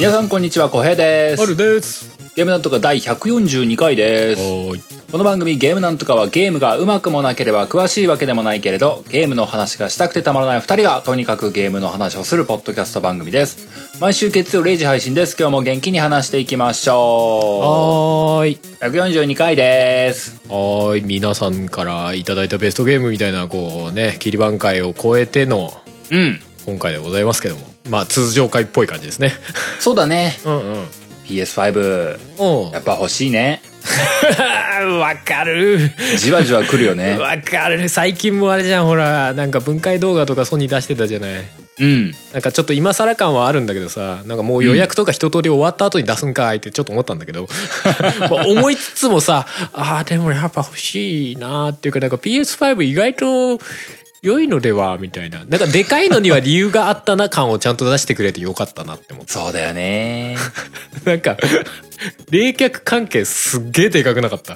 皆さんこんにちは、小平です。 あるです。 ゲームなんとか第142回です。この番組ゲームなんとかはゲームがうまくもなければ詳しいわけでもないけれど、ゲームの話がしたくてたまらない2人がとにかくゲームの話をするポッドキャスト番組です。毎週月曜0時配信です。今日も元気に話していきましょう。 はーい。 142回です。 はーい。皆さんからいただいたベストゲームみたいなこうね、切り番会を超えての今回でございますけども、まあ通常回っぽい感じですね。 そうだね。 うんうん。 PS5 やっぱ欲しいね。 わかる。 じわじわ来るよね。 わかる。最近もあれじゃん、ほらなんか分解動画とかソニー出してたじゃない。 うん、 なんかちょっと今更感はあるんだけどさ、なんかもう予約とか一通り終わった後に出すんかいってちょっと思ったんだけど思いつつもさ、でもやっぱ欲しいなっていうか、なんか PS5 意外と良いのではみたいな、なんかでかいのには理由があったな感をちゃんと出してくれてよかったなって思って。 そうだよね。 なんか冷却関係すっげえでかくなかった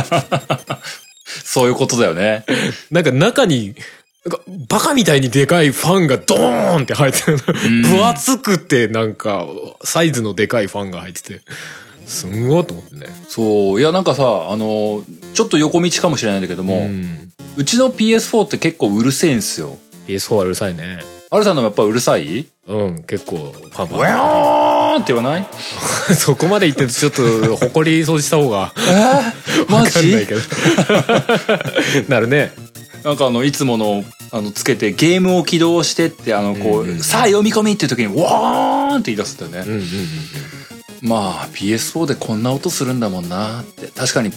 そういうことだよね。 なんか中になんかバカみたいにでかいファンがドーンって入ってる。分厚くてなんかサイズのでかいファンが入っててすんごいと思ってね。 そう、いやなんかさ、ちょっと横道かもしれないんだけども、うちの PS4 って結構うるせえんすよ。 PS4 はうるさいね。 あるさんのもやっぱうるさい？ うん、結構パンパン。 ウェーンって言わない？ そこまで言ってちょっと誇り掃除した方がマジ？ わかんないけどなるね。 なんかいつものつけてゲームを起動してってこう、さあ読み込みっていう時にワーンって言い出すんだよね。まあ PS4 でこんな音するんだもんなって。確かに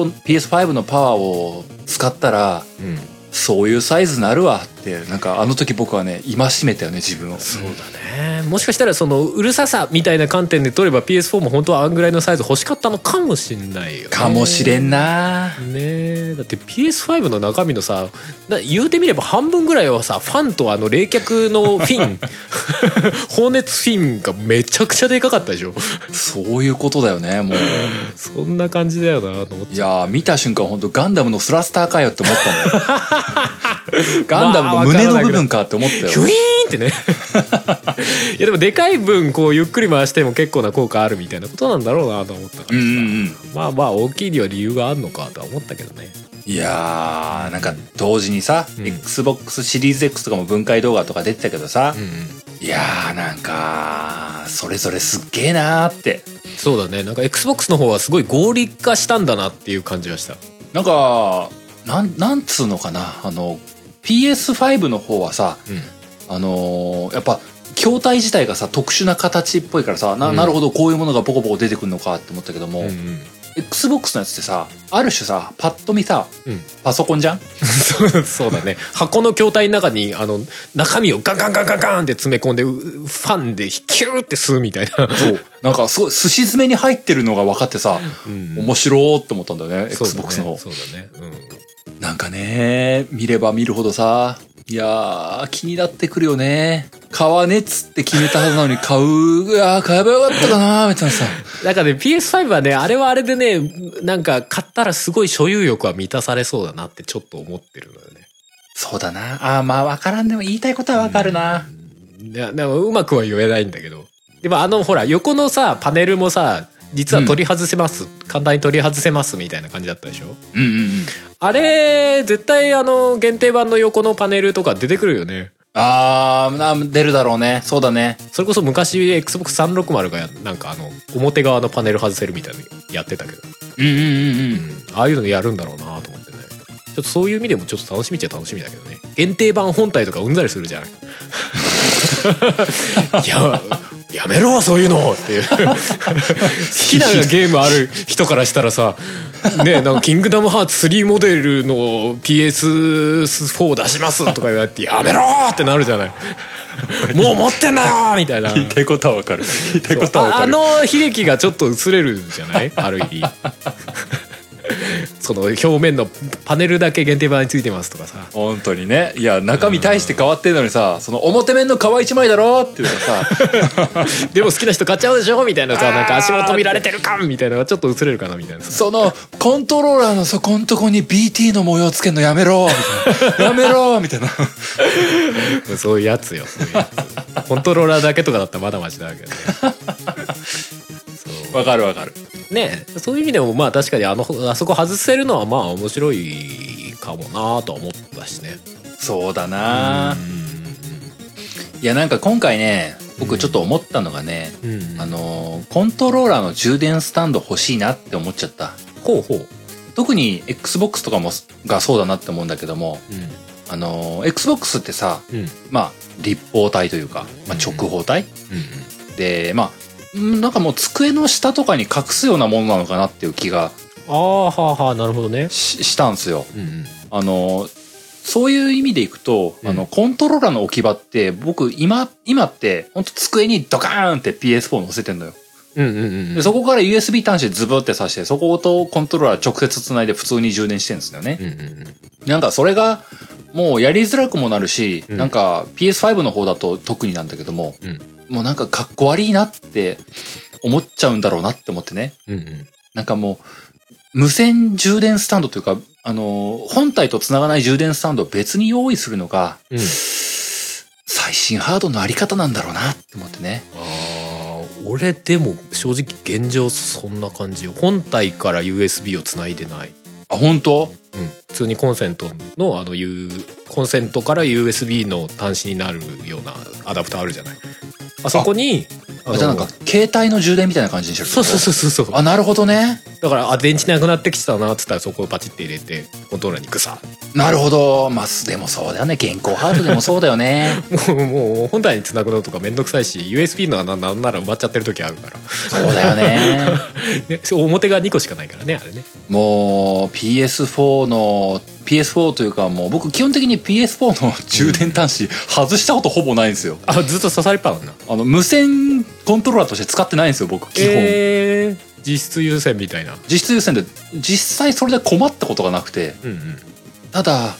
PS5 のパワーを使ったら、そういうサイズになるわって、なんか時僕はね戒めたよね、自分を。 そうだね。もしかしたらそのうるささみたいな観点で取れば PS4 も本当はあんぐらいのサイズ欲しかったのかもしんないよね。 かもしれんなね。だって PS5 の中身のさ、言うてみれば半分ぐらいはさ、ファンと冷却のフィン放熱フィンがめちゃくちゃでかかったでしょ。 そういうことだよね、もう。 そんな感じだよなと思って。 いやー、見た瞬間本当ガンダムのスラスターかよって思ったもん。ガンダムの胸の部分かって思ったよ。 ヒュイーンってねいやでもでかい分こうゆっくり回しても結構な効果あるみたいなことなんだろうなと思ったからさ、まあまあ大きいには理由があるのかとは思ったけどね。 いやー、なんか同時にさ、Xbox シリーズ X とかも分解動画とか出てたけどさ、いやーなんかそれぞれすっげーなーって。 そうだね。なんか Xbox の方はすごい合理化したんだなっていう感じがした。 なんかなんつうのかな、PS5 の方はさ、やっぱ筐体自体がさ特殊な形っぽいからさ、なるほどこういうものがポコポコ出てくるのかって思ったけども、Xbox のやつってさ、ある種さパッと見さ、パソコンじゃんそうだね。箱の筐体の中に中身をガンガンガンガンガンって詰め込んでファンでキューって吸うみたいな。 そうなんかすごいすし詰めに入ってるのが分かってさ、面白ーって思ったんだよね、Xbox の方。 そうだね。 なんかね、見れば見るほどさ、いやー気になってくるよね。買わねっつって決めたはずなのに買えばよかったかなみたいなさ。 だからね PS5 はね、あれはあれでね、なんか買ったらすごい所有欲は満たされそうだなってちょっと思ってるのよね。 そうだな。まあ分からんでも言いたいことは分かるな。 いやでもうまくは言えないんだけど、でもほら横のさパネルもさ、実は取り外せます、簡単に取り外せますみたいな感じだったでしょ。あれ絶対限定版の横のパネルとか出てくるよね。出るだろうね。そうだね。 それこそ昔 Xbox360 がなんか表側のパネル外せるみたいなのやってたけど、ああいうのやるんだろうなと思ってね。ちょっとそういう意味でもちょっと楽しみっちゃ楽しみだけどね。限定版本体とかうんざりするじゃん。やめろそういうのっていう好きなゲームある人からしたらさ、ね、なんかキングダムハーツ3モデルの PS4 出しますとか言われてやめろってなるじゃない。もう持ってんだよみたいな。 言いたいことはわかる。悲劇がちょっと薄れるじゃないある意味。その表面のパネルだけ限定版についてますとかさ。 本当にね。いや中身大して変わってんのにさ、その表面の皮一枚だろっていうのさでも好きな人買っちゃうでしょみたいなさ、なんか足元見られてる感みたいなのがちょっと薄れるかなみたいな。 そのコントローラーのそこんとこに BT の模様つけんのやめろみたいな。やめろみたいな。 そういうやつよ。そういうやつ。コントローラーだけとかだったらまだマシだけどね。 わかるわかる。 ね、そういう意味でもまあ確かにあそこ外せるのはまあ面白いかもなとは思ったしね。 そうだな。いやなんか今回ね僕ちょっと思ったのがね、コントローラーの充電スタンド欲しいなって思っちゃった。 ほうほう。 特に XBOX とかもがそうだなって思うんだけども、XBOX ってさ、まあ立方体というか、まあ、直方体、でまあなんかもう机の下とかに隠すようなものなのかなっていう気がなるほどね。 したんですよ。そういう意味でいくと、コントローラーの置き場って僕今って本当机にドカーンって PS4 乗せてんのよ。でそこから USB 端子ズブって挿してそことコントローラー直接つないで普通に充電してるんですよね。なんかそれがもうやりづらくもなるし、なんか PS5 の方だと特になんだけども、もうなんかかっこ悪いなって思っちゃうんだろうなって思ってね。なんかもう無線充電スタンドというか本体と繋がない充電スタンドを別に用意するのが、最新ハードのあり方なんだろうなって思ってね。 俺でも正直現状そんな感じよ。本体から USB をつないでない。 あ、本当？ 普通にコンセントのコンセントから USB の端子になるようなアダプターあるじゃない。あそこにじゃあなんか携帯の充電みたいな感じにしてる。 そう。 あ、なるほどね。 だから電池なくなってきたなっつったらそこをパチって入れてコントローラーにグサ。 なるほど。まあでもそうだよね。現行ハードでもそうだよね。 もう本体につなぐのとかめんどくさいし USB の穴なんなら埋まっちゃってる時あるから。 そうだよね。 ね、表が2個しかないからねあれね。 もう PS4 というかもう僕基本的に PS4 の充電端子外したことほぼないんですよ。 ずっと刺さりっぱなんだ。 無線コントローラーとして使ってないんですよ僕基本。 実質優先みたいな。 実質優先で実際それで困ったことがなくて、ただ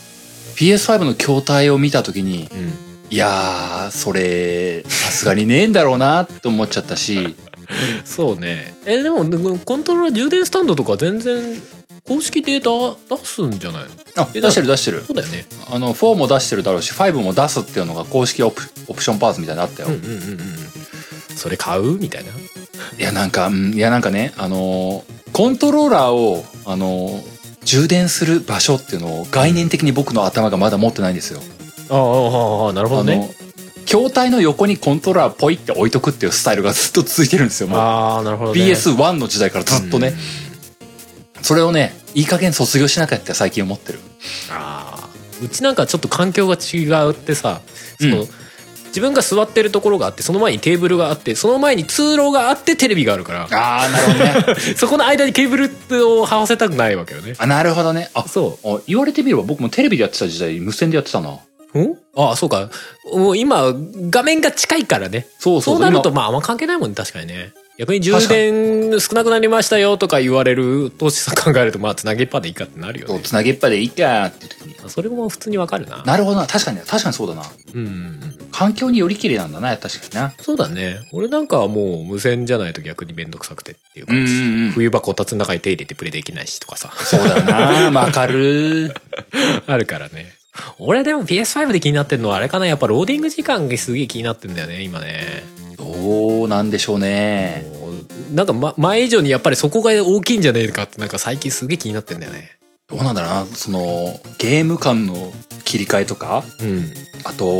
PS5 の筐体を見た時に、いやーそれさすがにねえんだろうなって思っちゃったし。 そうね。でもコントローラー充電スタンドとか全然公式データ出すんじゃないの？ 出してる。 そうだよね。 4も出してるだろうし5も出すっていうのが公式オプションパーツみたいなのあったよ。 それ買うみたいな。 いやなんかねコントローラーを充電する場所っていうのを概念的に僕の頭がまだ持ってないんですよ。 なるほどね。 筐体の横にコントローラーポイって置いとくっていうスタイルがずっと続いてるんですよ。もうなるほどね。 PS1 の時代からずっとね。それをねいい加減卒業しなきゃって最近思ってる。 うちなんかちょっと環境が違うってさ、自分が座ってるところがあってその前にテーブルがあってその前に通路があってテレビがあるから。 なるほどね。 そこの間にケーブルを這わせたくないわけよね。 なるほどね。 そう言われてみれば僕もテレビでやってた時代無線でやってたな。 そうか。もう今画面が近いからね。そうなるとあんま関係ないもんね。確かにね。逆に充電少なくなりましたよとか言われる投資さ考えるとつなげっぱでいいかってなるよね。 つなげっぱでいいかっていう時にそれも普通にわかるな。 なるほどな。確かにそうだな。環境によりきれいなんだな。確かにな。 そうだね。俺なんかはもう無線じゃないと逆にめんどくさくてっていう感じ。冬場こたつの中に手入れてプレイできないしとかさ。 そうだな。わかる。 あるからね。俺でも PS5 で気になってるのはあれかな。やっぱローディング時間がすげえ気になってんだよね今ね。 どうなんでしょうね。 なんか、前以上にやっぱりそこが大きいんじゃねえかってなんか最近すげえ気になってんだよね。 どうなんだろうな。ゲーム間の切り替えとか、あと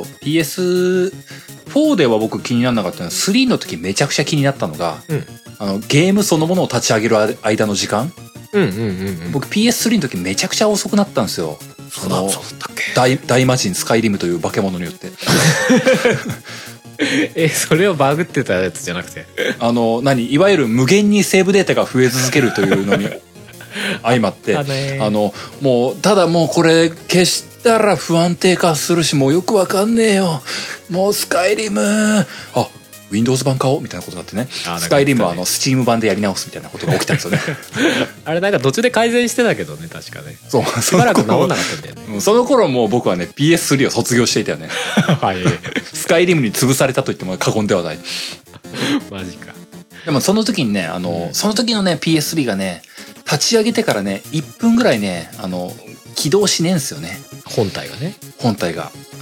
PS4 では僕気にならなかったのは3の時めちゃくちゃ気になったのが、ゲームそのものを立ち上げる間の時間。僕 PS3 の時めちゃくちゃ遅くなったんですよ。 そうだったっけ。 大魔神スカイリムという化け物によって。 それをバグってたやつじゃなくていわゆる無限にセーブデータが増え続けるというのに相まってもうただもうこれ消したら不安定化するしもうよくわかんねえよもうスカイリムWindows 版買おうみたいなことになってね。スカイリムはSteam 版でやり直すみたいなことが起きたんですよね。 あれなんか途中で改善してたけどね確かね。 そうしばらく治んなかったんだよね。 その頃もう僕はね PS3 を卒業していたよね。 はい。 スカイリムに潰されたと言っても過言ではない。 マジか。 でもその時にねその時のね PS3 がね立ち上げてからね1分ぐらいね起動しねえんすよね。 本体がね。 本体が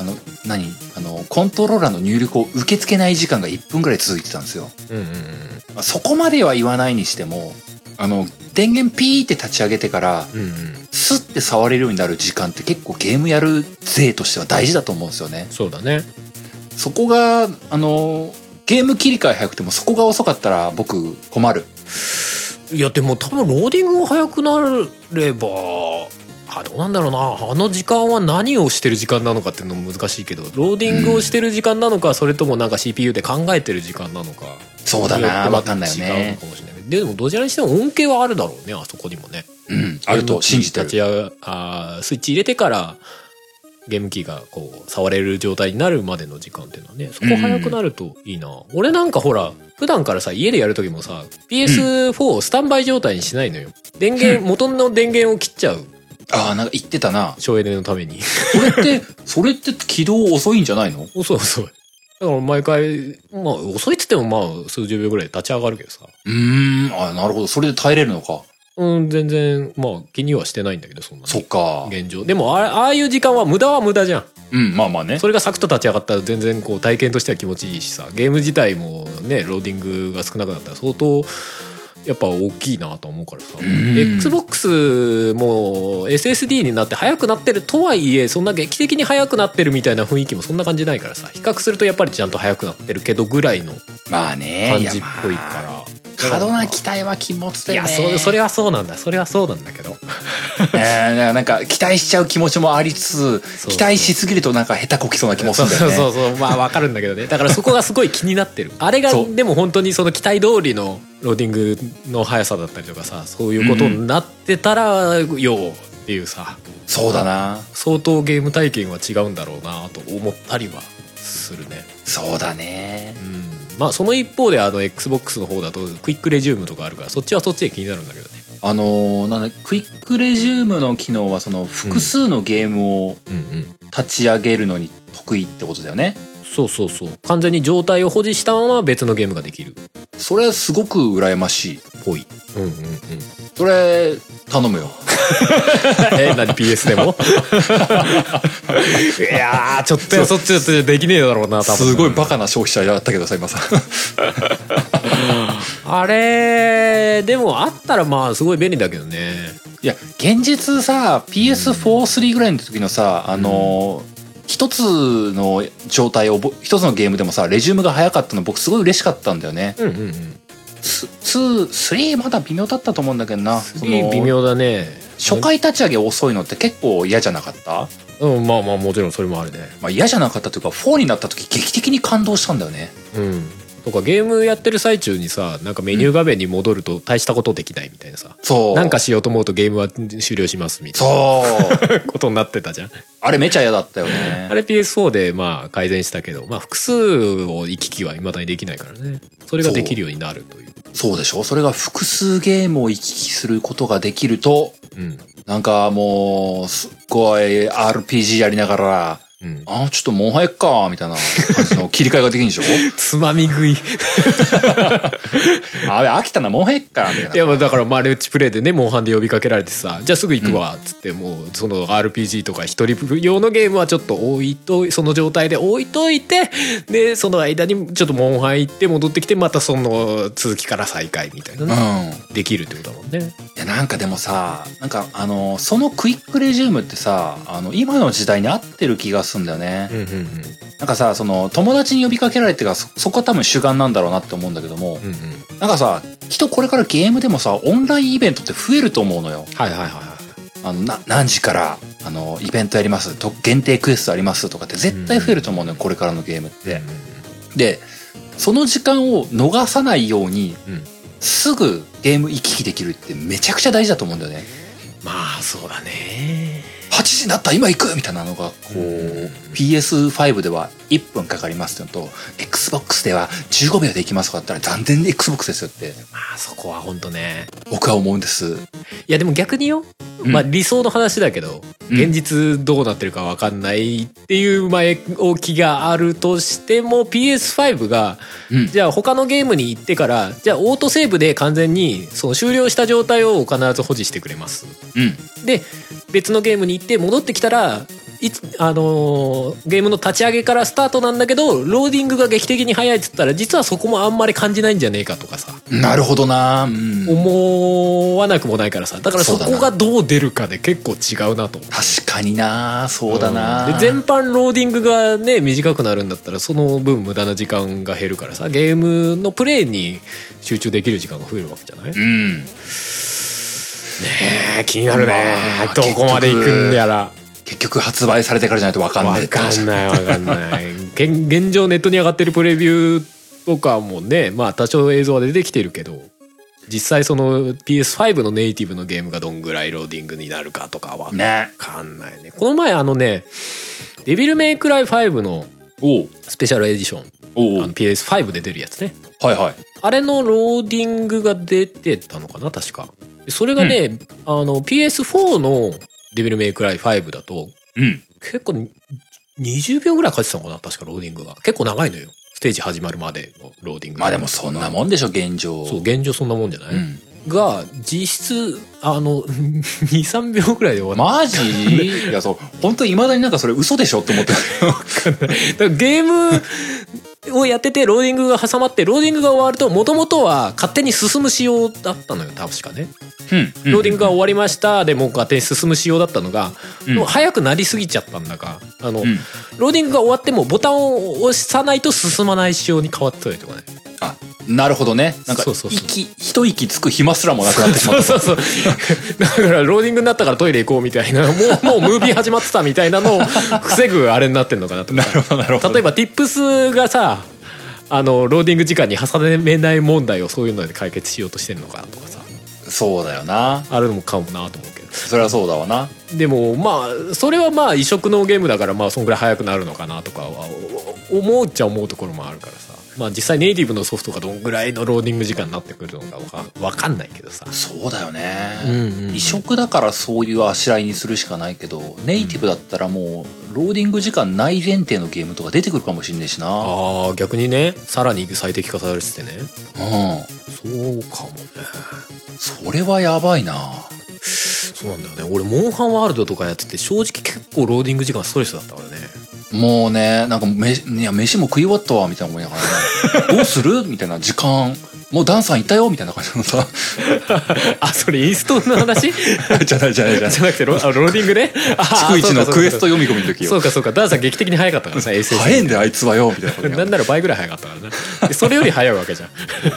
コントローラーの入力を受け付けない時間が1分ぐらい続いてたんですよ。そこまでは言わないにしても、電源ピーって立ち上げてから、スッて触れるようになる時間って結構ゲームやる勢としては大事だと思うんですよね。 そうだね。 そこが、ゲーム切り替え早くてもそこが遅かったら僕困る。 いやでも多分ローディングが早くなれば、どうなんだろうな、あの時間は何をしてる時間なのかっていうのも難しいけど、ローディングをしてる時間なのか、それともなんか CPU で考えてる時間なのか。 そうだな、分かんないよね。 違うのかもしれない。でもどちらにしても恩恵はあるだろうね、あそこにもね。 あると信じてる。 スイッチ入れてからゲームキーがこう触れる状態になるまでの時間っていうのはね、そこ早くなるといいな。俺なんかほら普段からさ、家でやる時もさ PS4 をスタンバイ状態にしないのよ。電源、元の電源を切っちゃう。 なんか言ってたな。 省エネのために。 それって起動遅いんじゃないの？ 遅い。だから毎回、遅いっつっても数十秒ぐらい立ち上がるけどさ。 なるほど。それで耐えれるのか。 全然、気にはしてないんだけど、そんな。 そっか。 現状。でも、ああいう時間は無駄じゃん。 まあね。 それがサクッと立ち上がったら全然こう体験としては気持ちいいしさ、ゲーム自体もね、ローディングが少なくなったら相当、やっぱ大きいなと思うからさ。Xbox も SSD になって速くなってるとはいえ、そんな劇的に速くなってるみたいな雰囲気もそんな感じないからさ、比較するとやっぱりちゃんと速くなってるけどぐらいの感じっぽいから。 過度な期待は気持ちだよね。 いや、それはそうなんだけど。 なんか期待しちゃう気持ちもありつつ、期待しすぎるとなんか下手こきそうな気もするんだよね。 そうわかるんだけどね。だからそこがすごい気になってる。あれがでも本当にその期待通りのローディングの速さだったりとかさ、そういうことになってたらよっていうさ。 そうだな。 相当ゲーム体験は違うんだろうなと思ったりはするね。 そうだね。 その一方でXbox の方だとクイックレジュームとかあるから、そっちはそっちで気になるんだけどね。 クイックレジュームの機能はその複数のゲームを立ち上げるのに得意ってことだよね。 そう完全に状態を保持したまま別のゲームができる。 それはすごく羨ましい。 ぽい。 それ頼むよ。 何 PS でも？いやー、ちょっとそっちだとできねえだろうな、多分。 すごいバカな消費者だったけどさ、今さ。 あれでもあったらすごい便利だけどね。 いや現実さ PS4、3ぐらいの時のさ一つの状態を一つのゲームでもさレジュームが早かったの僕すごい嬉しかったんだよね。3まだ微妙だったと思うんだけどな。 3微妙だね。 初回立ち上げ遅いのって結構嫌じゃなかった？ もちろんそれもあるね。 嫌じゃなかったというか4になった時劇的に感動したんだよね。 とかゲームやってる最中にさ、なんかメニュー画面に戻ると大したことできないみたいなさ、なんかしようと思うとゲームは終了しますみたいなことになってたじゃん。 あれめちゃ嫌だったよね。 あれ PS4 で改善したけど、複数を行き来は未だにできないからね。それができるようになるという。 そうでしょ。それが複数ゲームを行き来することができると、なんかもうすっごい RPG やりながら、ちょっとモンハイかみたいな感じの切り替えができるんでしょ。 つまみ食い。 飽きたなモンハイかみたいな。 いやだからレッチプレイでね、モンハンで呼びかけられてさ、じゃあすぐ行くわっつって、もうその RPG とか一人用のゲームはちょっとその状態で置いといて、でその間にちょっとモンハン行って戻ってきて、またその続きから再開みたいなね、できるってことだもんね。 いやなんかでもさ、なんかそのクイックレジュームってさ、今の時代に合ってる気がするんだよね。なんかさ、その友達に呼びかけられてからそこは多分主眼なんだろうなって思うんだけども、なんかさ、きっとこれからゲームでもさオンラインイベントって増えると思うのよ。何時からイベントやりますと、限定クエストありますとかって絶対増えると思うのよ、これからのゲームって。でその時間を逃さないように、すぐゲーム行き来できるってめちゃくちゃ大事だと思うんだよね。 そうだね。 8時になった今行くみたいなのがこう、PS5 では1分かかりますってのと XBOX では15秒で行きますとかだったら残念で XBOX ですよって。 そこは本当ね、僕は思うんです。 いやでも逆によ、理想の話だけど、現実どうなってるか分かんないっていう前置きがあるとしても、 PS5 が、じゃあ他のゲームに行ってから、じゃあオートセーブで完全にその終了した状態を必ず保持してくれます、で別のゲームに行って戻ってきたらゲームの立ち上げからスタートなんだけどローディングが劇的に速いっつったら実はそこもあんまり感じないんじゃねえかとかさ。 なるほどな、うん、 思わなくもないからさ。だからそこがどう出るかで結構違うなと思う。 確かにな、そうだな、 で全般ローディングがね短くなるんだったらその分無駄な時間が減るからさ、ゲームのプレイに集中できる時間が増えるわけじゃない。 うんねえ気になるね、まあ、どこまで行くんやら。 結局発売されてからじゃないと分かんない。 分かんない現状ネットに上がってるプレビューとかもね、まあ多少映像は出てきてるけど、実際その PS5 のネイティブのゲームがどんぐらいローディングになるかとかは分かんないね。この前デビルメイクライ5のスペシャルエディション、PS5 で出るやつね。 はいはい。 あれのローディングが出てたのかな確か。それがね、PS4 のデビルメイクライ5だと、 うん、 結構20秒ぐらいかかってたのかな確かローディングが。結構長いのよ。ステージ始まるまでのローディング。 まあでもそんなもんでしょ現状。 そう現状そんなもんじゃない、うん、が実質2、3秒ぐらいで終わった。 マジいやそう本当に未だになんかそれ嘘でしょって思ってる。 だからゲームをやっててローディングが挟まってローディングが終わると元々は勝手に進む仕様だったのよ確かね、うん、ローディングが終わりましたでもう勝手に進む仕様だったのが、うん、もう早くなりすぎちゃったんだかうん、ローディングが終わってもボタンを押さないと進まない仕様に変わってたりとかね。 あなるほどね。なんか一息つく暇すらもなくなってしまった。 そうだからローディングになったからトイレ行こうみたいなもうムービー始まってたみたいなのを防ぐあれになってんのかなとか。 なるほどなるほど。 例えば Tips がさローディング時間に挟めない問題をそういうので解決しようとしてんのかなとかさ。 そうだよな。 あるのもかもなと思うけど。 それはそうだわな。 でもまあそれはまあ異色のゲームだからまあそんぐらい早くなるのかなとかは思うっちゃ思うところもあるからさ。まあ実際ネイティブのソフトがどんぐらいのローディング時間になってくるのかわかんないけどさ。 そうだよね、異色だからそういうあしらいにするしかないけど、ネイティブだったらもうローディング時間ない前提のゲームとか出てくるかもしんないしな。 あ逆にねさらに最適化されててね。そうかもね。 それはやばいな。 そうなんだよね。俺モンハンワールドとかやってて正直結構ローディング時間ストレスだったからね。 もうねなんか飯も食い終わったわみたいな思いながら、ね、どうするみたいな時間もうダンさん行ったよみたいな感じのさあそれインストの話じゃなくてローディングね。 逐一のクエスト読み込みの時よ。 そうかダンさん劇的に早かったからさ SS 早いんだよあいつはよみたいななんなら倍ぐらい早かったからな。それより早いわけじゃん。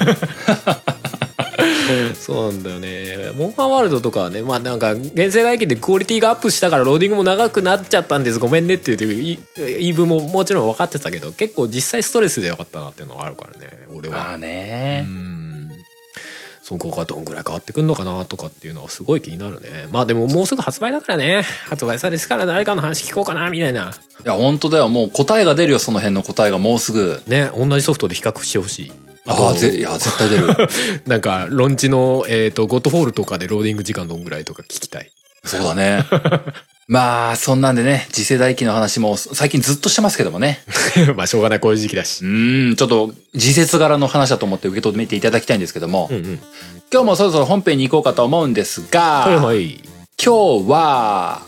そうなんだよね。モンハンワールドとかはねまあなんか現世外機でクオリティがアップしたからローディングも長くなっちゃったんですごめんねっていう言い分ももちろん分かってたけど結構実際ストレスでよかったなっていうのはあるからね俺は。 まあねそこがどんぐらい変わってくんのかなとかっていうのはすごい気になるね。まあでももうすぐ発売だからね。発売されてから誰かの話聞こうかなみたいな。 いや本当だよ。もう答えが出るよその辺の答えがもうすぐね。 同じソフトで比較してほしい。 いや絶対出る。 なんかロンチのゴッドフォールとかでローディング時間どんぐらいとか聞きたい。 そうだね。まあそんなんでね次世代機の話も最近ずっとしてますけどもね。 まあしょうがないこういう時期だし。 ちょっと時節柄の話だと思って受け止めていただきたいんですけども、今日もそろそろ本編に行こうかと思うんですが、今日は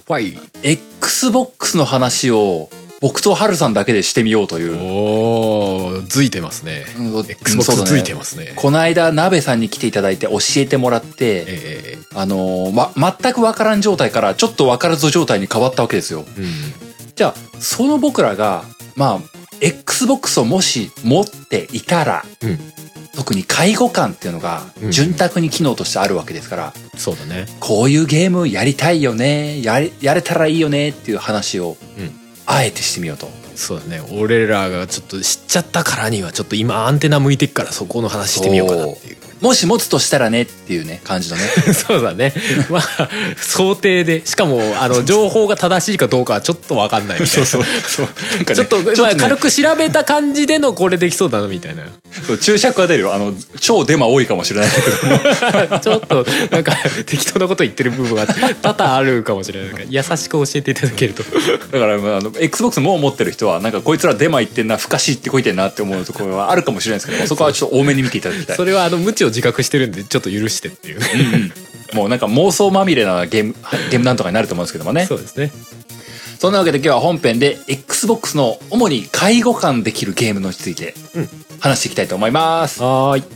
Xbox の話を僕とハルさんだけでしてみようという。 づいてますね。Xbox づいてますね。 この間鍋さんに来ていただいて教えてもらって、全くわからん状態からちょっとわからず状態に変わったわけですよ。じゃあその僕らがまあ Xbox をもし持っていたら、特に介護官っていうのが潤沢に機能としてあるわけですから、 そうだね。 こういうゲームやりたいよね、やれたらいいよねっていう話を、あえてしてみようと。 そうだね。俺らがちょっと知っちゃったからにはちょっと今アンテナ向いてっからそこの話してみようかなっていう。 もし持つとしたらねっていうね感じのね。 そうだね。まあ想定でしかも情報が正しいかどうかはちょっと分かんないみたいな。そう、ね、ちょっと、まあ、軽く調べた感じでのこれできそうだなみたいな。 そう注釈が出るよ。超デマ多いかもしれないけども。 ちょっとなんか適当なこと言ってる部分が多々あるかもしれないから優しく教えていただけると。 だからXbox もう持ってる人はなんかこいつらデマ言ってんな不可思ってこいてんなって思うところはあるかもしれないですけども、そこはちょっと多めに見ていただきたい。 それは無知を自覚してるんでちょっと許してっていう。 もうなんか妄想まみれなゲームなんとかになると思うんですけどもね。 そうですね。 そんなわけで今日は本編で Xbox の主に介護官できるゲームのについて話していきたいと思います。 はーい。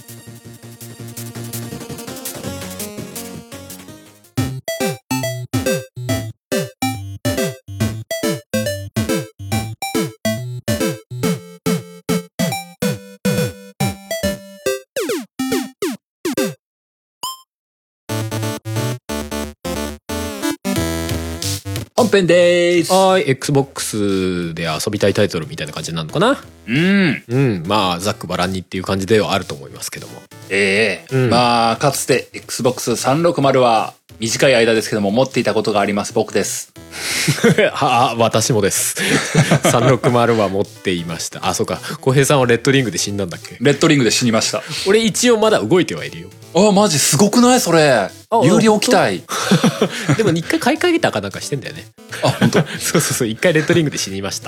本編でーす。 はい。Xbox で遊びたいタイトルみたいな感じになるのかな。まあざっくばらんにっていう感じではあると思いますけども。 まあかつて Xbox360 は短い間ですけども持っていたことがあります。僕です。 はあ、私もです。360は持っていました。あ、そうか。浩平さんはレッドリングで死んだんだっけ？ レッドリングで死にました。 俺一応まだ動いてはいるよ。 あ、マジすごくないそれ。有利置きたい。 でも一回買い替えたかなんかしてんだよね。 あ、本当。 そうそうそう、一回レッドリングで死にました。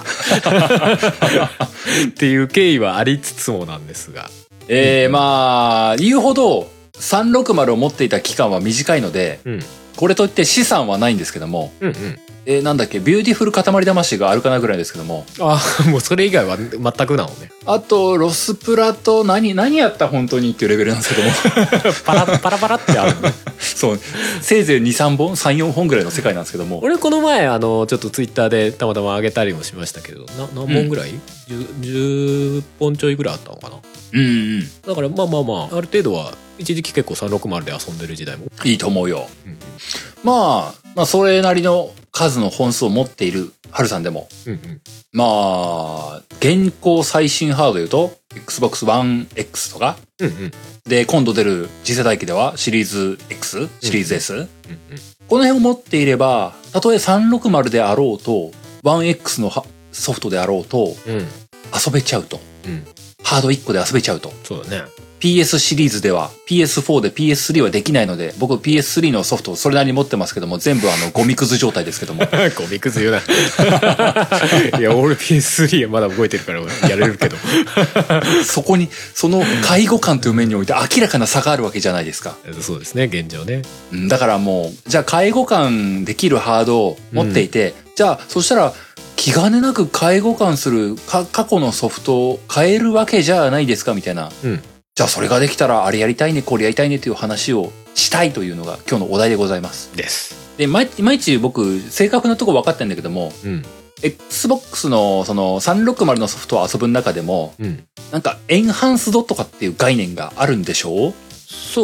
っていう経緯はありつつもなんですが。 まあ言うほど360を持っていた期間は短いので、これといって資産はないんですけども、なんだっけ、ビューティフル塊魂があるかなぐらいですけども。 あ、もうそれ以外は全くなのね。 あとロスプラと何やった本当にっていうレベルなんですけども。 パラってあるね。 そう、せいぜい 2,3 本 3,4 本ぐらいの世界なんですけども。 俺この前ちょっとツイッターでたまたま上げたりもしましたけど、何本ぐらい、10本ちょいぐらいあったのかな。だからまあある程度は一時期結構360で遊んでる時代もいいと思うよ。まあそれなりの数の本数を持っているハルさんでも、まあ現行最新ハードでいうと Xbox One X とか、で今度出る次世代機ではシリーズ X、シリーズ S、この辺を持っていればたとえ360であろうと 1X のソフトであろうと、遊べちゃうと、ハード1個で遊べちゃうと。 そうだね。 PS シリーズでは PS4 で PS3 はできないので、僕 PS3 のソフトをそれなりに持ってますけども、全部ゴミくず状態ですけども。 ゴミくず言うな。いや、俺 PS3 はまだ動いてるからやれるけど。 そこに、その介護感という面において明らかな差があるわけじゃないですか。 そうですね、現状ね。 だからもう、じゃあ介護感できるハードを持っていて、じゃあそしたら、気兼ねなく介護官する過去のソフトを変えるわけじゃないですかみたいな。じゃあそれができたらあれやりたいねこれやりたいねという話をしたいというのが今日のお題でございます。 です。 で、毎日僕正確なとこ分かってんだけども、Xbox のその360のソフトを遊ぶ中でも、なんかエンハンスドとかっていう概念があるんでしょう？ そう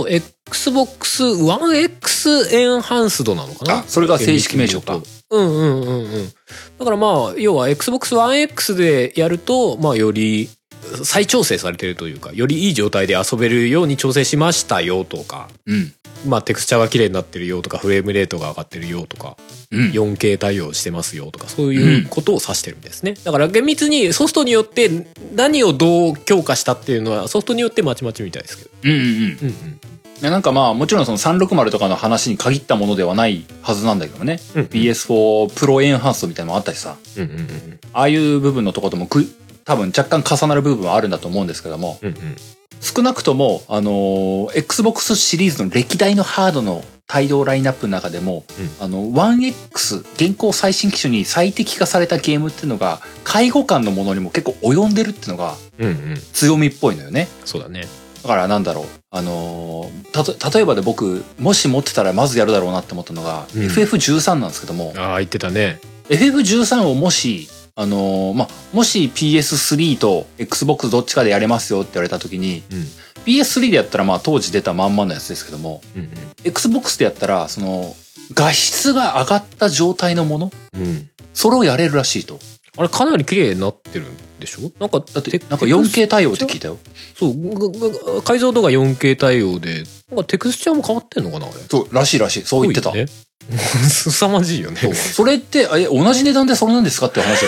、Xbox One X エンハンスドなのかな？ あ、それが正式名称か。 だからまあ要は Xbox One X でやるとまあより再調整されてるというか、よりいい状態で遊べるように調整しましたよとか、まあテクスチャが綺麗になってるよとか、フレームレートが上がってるよとか、4K 対応してますよとか、そういうことを指してるんですね。だから厳密にソフトによって何をどう強化したっていうのはソフトによってまちまちみたいですけど。 なんかまあもちろんその360とかの話に限ったものではないはずなんだけどね、PS4 プロエンハンストみたいなのもあったしさ、ああいう部分のところとも多分若干重なる部分はあるんだと思うんですけども、少なくともXbox シリーズの歴代のハードの帯同ラインナップの中でも、1X 現行最新機種に最適化されたゲームっていうのが介護官のものにも結構及んでるっていうのが強みっぽいのよね。 そうだね。 だからなんだろう、例えばで僕もし持ってたらまずやるだろうなって思ったのが、FF13 なんですけども。 ああ、言ってたね。 FF13 をもしもし PS3 と Xbox どっちかでやれますよって言われた時に、PS3 でやったらまあ当時出たまんまのやつですけども、Xbox でやったらその画質が上がった状態のもの、それをやれるらしいと。 あれかなり綺麗になってるんでしょ？なんかだってなんか 4K 対応って聞いたよ。 そう、解像度が 4K 対応で、なんかテクスチャーも変わってんのかなあれ。 そうらしい。そう言ってた。 凄まじいよね。 それって同じ値段でそれなんですかっていう話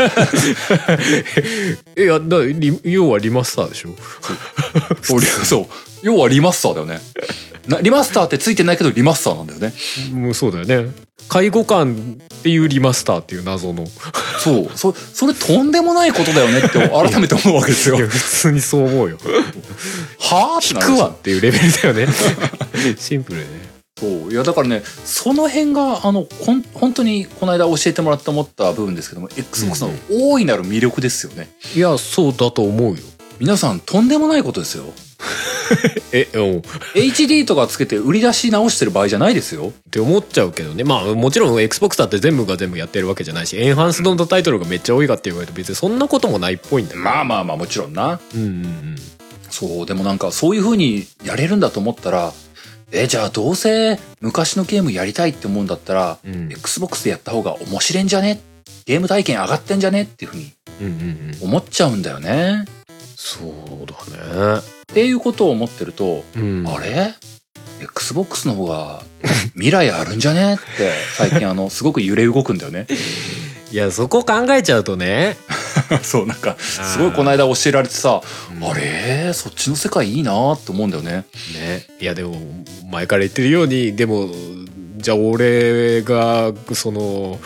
ですよ。 いや要はリマスターでしょ。 そう、要はリマスターだよね。リマスターってついてないけどリマスターなんだよね。 もうそうだよね。介護官っていうリマスターっていう謎の。 それとんでもないことだよねって改めて思うわけですよ。 いや普通にそう思うよ。 はぁ引くわっていうレベルだよね。シンプルでね。 そういやだからねその辺が本当にこの間教えてもらって思った部分ですけども XBOX の大いなる魅力ですよね。 いやそうだと思うよ。 皆さんとんでもないことですよ。HD とかつけて売り出し直してる場合じゃないですよって思っちゃうけどね。まあもちろん XBOX だって全部が全部やってるわけじゃないし、エンハンスドのタイトルがめっちゃ多いかって言われると別にそんなこともないっぽいんだよ、ね、 まあまあまあもちろんな。 うんうんうん。 そうでもなんかそういう風にやれるんだと思ったらじゃあどうせ昔のゲームやりたいって思うんだったら、XBOX でやった方が面白いんじゃね、ゲーム体験上がってんじゃねっていう風に思っちゃうんだよね。 そうだね。 っていうことを思ってると、あれ XBOX の方が未来あるんじゃねって最近すごく揺れ動くんだよね。 いやそこ考えちゃうとねそうなんかすごいこの間教えられてさ、あれそっちの世界いいなって思うんだよね。 いやでも前から言ってるように、でもじゃあ俺がその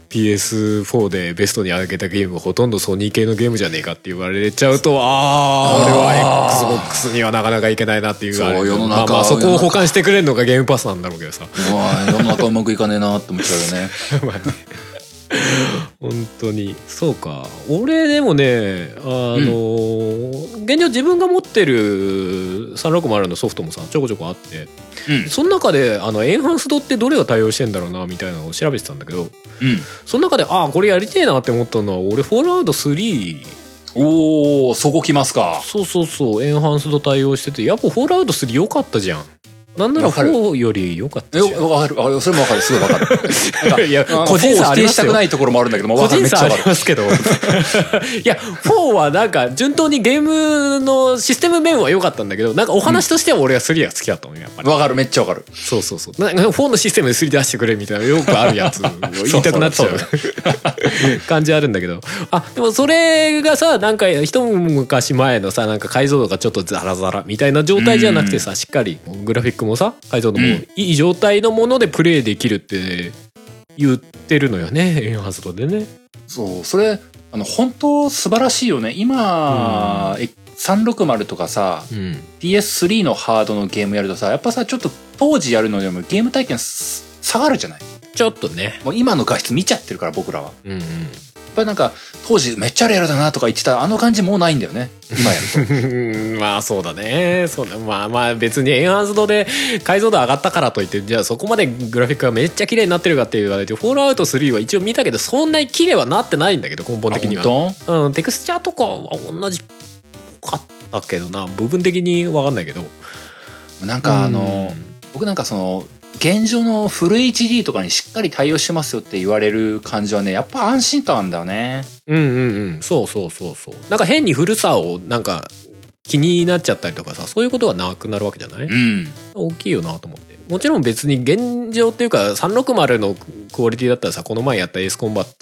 PS4 でベストに上げたゲームほとんどソニー系のゲームじゃねえかって言われちゃうと、俺は XBOX にはなかなかいけないなっていう。そう世の中、まあそこを補完してくれるのがゲームパスなんだろうけどさ、 世の中うまくいかねえなって思っちゃうよね。 本当にそうか。俺でもね現状自分が持ってる360のソフトもさちょこちょこあって、その中でエンハンスドってどれが対応してんだろうなみたいなのを調べてたんだけど、その中でこれやりてえなって思ったのは俺フォールアウト3。 おーそこ来ますか。 そうエンハンスド対応してて、やっぱフォールアウト3良かったじゃん。なんなら4より良かったし。 わかる。それもわかる。すごいわかる。 いや、個人差ありますよ。 否定したくないところもあるんだけども、 個人差ありますけど。いや、4はなんか、順当にゲームのシステム面は良かったんだけど、なんかお話としては俺は3が好きだったのよ、やっぱり。 わかる、めっちゃわかる。 そう。なんか4のシステムで3出してくれみたいな、よくあるやつを言いたくなっちゃう感じあるんだけど。でもそれがさ、なんか一昔前のさ、なんか解像度がちょっとザラザラみたいな状態じゃなくてさ、しっかりグラフィックもさ解像度もいい状態のものでプレイできるって言ってるのよね、エンハンスドでね。 そうそれ本当素晴らしいよね今、360とかさ、PS3 のハードのゲームやるとさやっぱさちょっと当時やるのでもゲーム体験下がるじゃない。 ちょっとねもう今の画質見ちゃってるから僕らは、やっぱりなんか当時めっちゃレアルだなとか言ってた感じもうないんだよね今やると。 まあそうだね。まあ別にエンハンスドで解像度上がったからといってじゃあそこまでグラフィックがめっちゃ綺麗になってるかって言われて、フォールアウト3は一応見たけどそんなに綺麗はなってないんだけど根本的には。テクスチャーとかは同じかったけどな、部分的に分かんないけど、 なんか僕なんか現状のフル HD とかにしっかり対応してますよって言われる感じはねやっぱ安心感なんだよね。そうなんか変に古さをなんか気になっちゃったりとかさ、そういうことがなくなるわけじゃない、大きいよなと思って。もちろん別に現状っていうか360のクオリティだったらさ、この前やったエースコンバット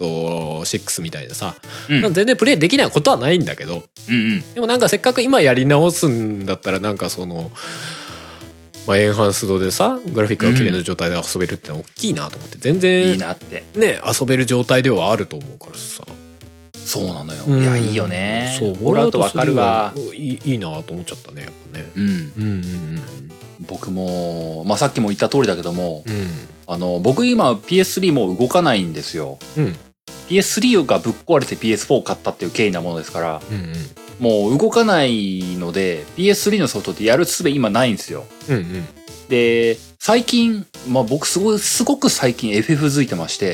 6みたいなさ、全然プレイできないことはないんだけど、でもなんかせっかく今やり直すんだったらなんかエンハンスドでさグラフィックが綺麗な状態で遊べるってのは大きいなと思って、全然いいなってね遊べる状態ではあると思うからさ。 そうなのよ、いやいいよね。そうフォールアウトわかるわ。 いいなと思っちゃったねやっぱね。 僕もさっきも言った通りだけども、僕今 PS3 もう動かないんですよ。PS3 がぶっ壊れて PS4 買ったっていう経緯なものですから、もう動かないので PS3 のソフトってやる術今ないんですよ。で最近僕すごく最近 FF 付いてまして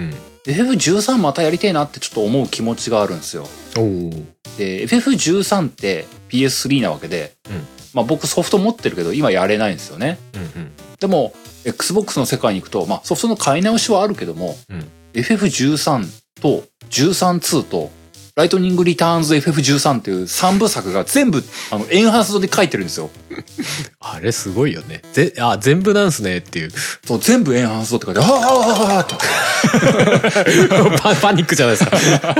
、FF13 またやりたいなってちょっと思う気持ちがあるんですよ。で FF13 って PS3 なわけで、僕ソフト持ってるけど今やれないんですよね。でも XBOX の世界に行くと、ソフトの買い直しはあるけども、FF13 と132とライトニングリターンズ FF13 っていう3部作が全部エンハンスドで書いてるんですよ。 あれすごいよね。全部なんすねっていう。 そう全部エンハンスドって書いてパニックじゃないですか。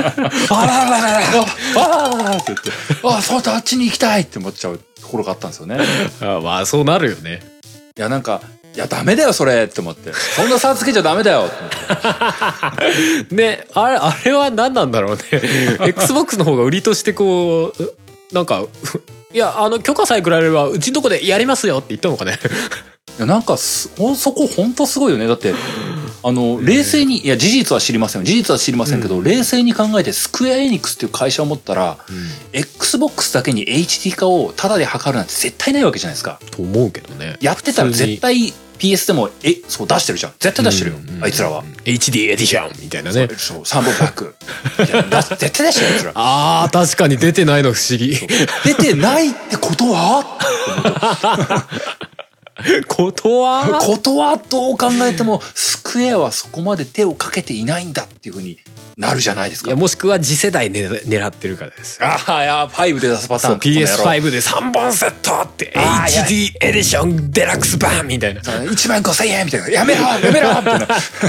って言ってそうだあっちに行きたいって思っちゃうところがあったんですよね。 そうなるよね。 いやなんかダメだよそれって思って、そんな差つけちゃダメだよって思ってね、あれは何なんだろうね。XBOX の方が売りとしてなんかいや許可さえくられればうちのとこでやりますよって言ったのかね。 やなんかそこ本当すごいよね。だって冷静に、いや事実は知りませんけど、冷静に考えてスクエアエニックスっていう会社を持ったら、XBOX だけに HD 化をタダで測るなんて絶対ないわけじゃないですか。 と思うけどね。 やってたら絶対 PS でもそう出してるじゃん。絶対出してるよ、あいつらは。 HD エディションみたいなね。 そう3本バックみたいな絶対出してるあいつら。 あー確かに出てないの不思議。 出てないってことはことはどう考えてもスクエアはそこまで手をかけていないんだっていうふうになるじゃないですか。 いやもしくは次世代で狙ってるからです。 ああ、いや5で出すパターン。 PS5 で3本セットって HD エディションデラックス版みたいな。 15,000円みたいな。やめろみたいな。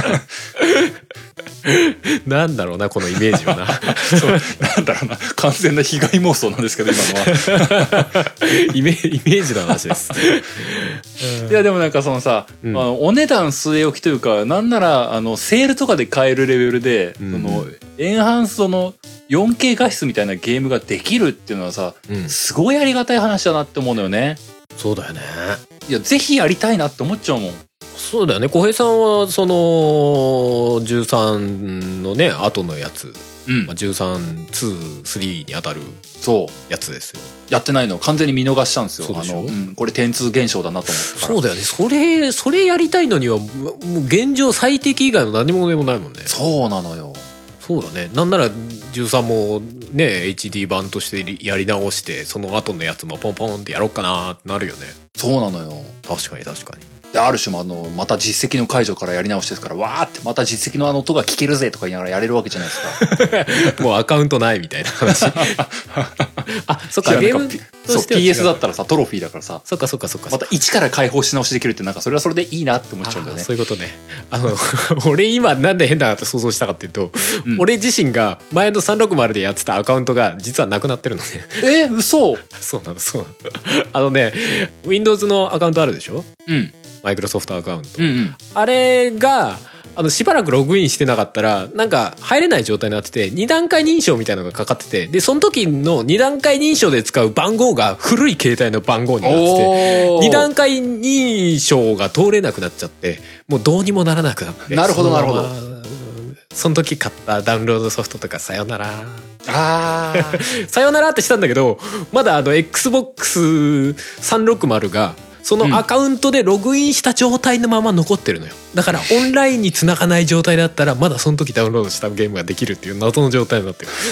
なんだろうなこのイメージはな。 そうなんだろうな、完全な被害妄想なんですけど今のは。 イメージの話です。 いやでもなんかそのさ、お値段据え置きというか、なんならセールとかで買えるレベルで、そのエンハンスドの 4K 画質みたいなゲームができるっていうのはさ、すごいありがたい話だなって思うのよね。 そうだよね。 いやぜひやりたいなって思っちゃうもん。 そうだよね。小平さんはその13のね後のやつ、13、2、3に当たるやつですよ。 やってないの完全に見逃したんですよ。これ点数現象だなと思ってから。 そうだよね。それやりたいのにはもう現状最適以外の何もでもないもんね。 そうなのよ。 そうだね。なんなら13もね HD 版としてやり直してその後のやつもポンポンってやろうかなってなるよね。そうなのよ。確かに。 である種もまた実績の解除からやり直しですから、わーってまた実績の音が聞けるぜとか言いながらやれるわけじゃないですか。 もうアカウントないみたいな話。あ、そっか。ゲームとしては PS だったらさトロフィーだからさ。 そっか。 また一から解放し直しできるってなんかそれはそれでいいなって思っちゃうんだよね。 そういうことね。俺今なんで変だなって想像したかっていうと、俺自身が前の360でやってたアカウントが実はなくなってるのね。 嘘。 そうなの。Windows のアカウントあるでしょ。マイクロソフトアカウント、あれがしばらくログインしてなかったらなんか入れない状態になってて2段階認証みたいなのがかかってて、でその時の2段階認証で使う番号が古い携帯の番号になってて、2段階認証が通れなくなっちゃってもうどうにもならなくなって。 なるほど。 その時買ったダウンロードソフトとかさよならさよならってしたんだけど、まだXBOX360 がそのアカウントでログインした状態のまま残ってるのよ。だからオンラインに繋がない状態だったらまだその時ダウンロードしたゲームができるっていう謎の状態になってる。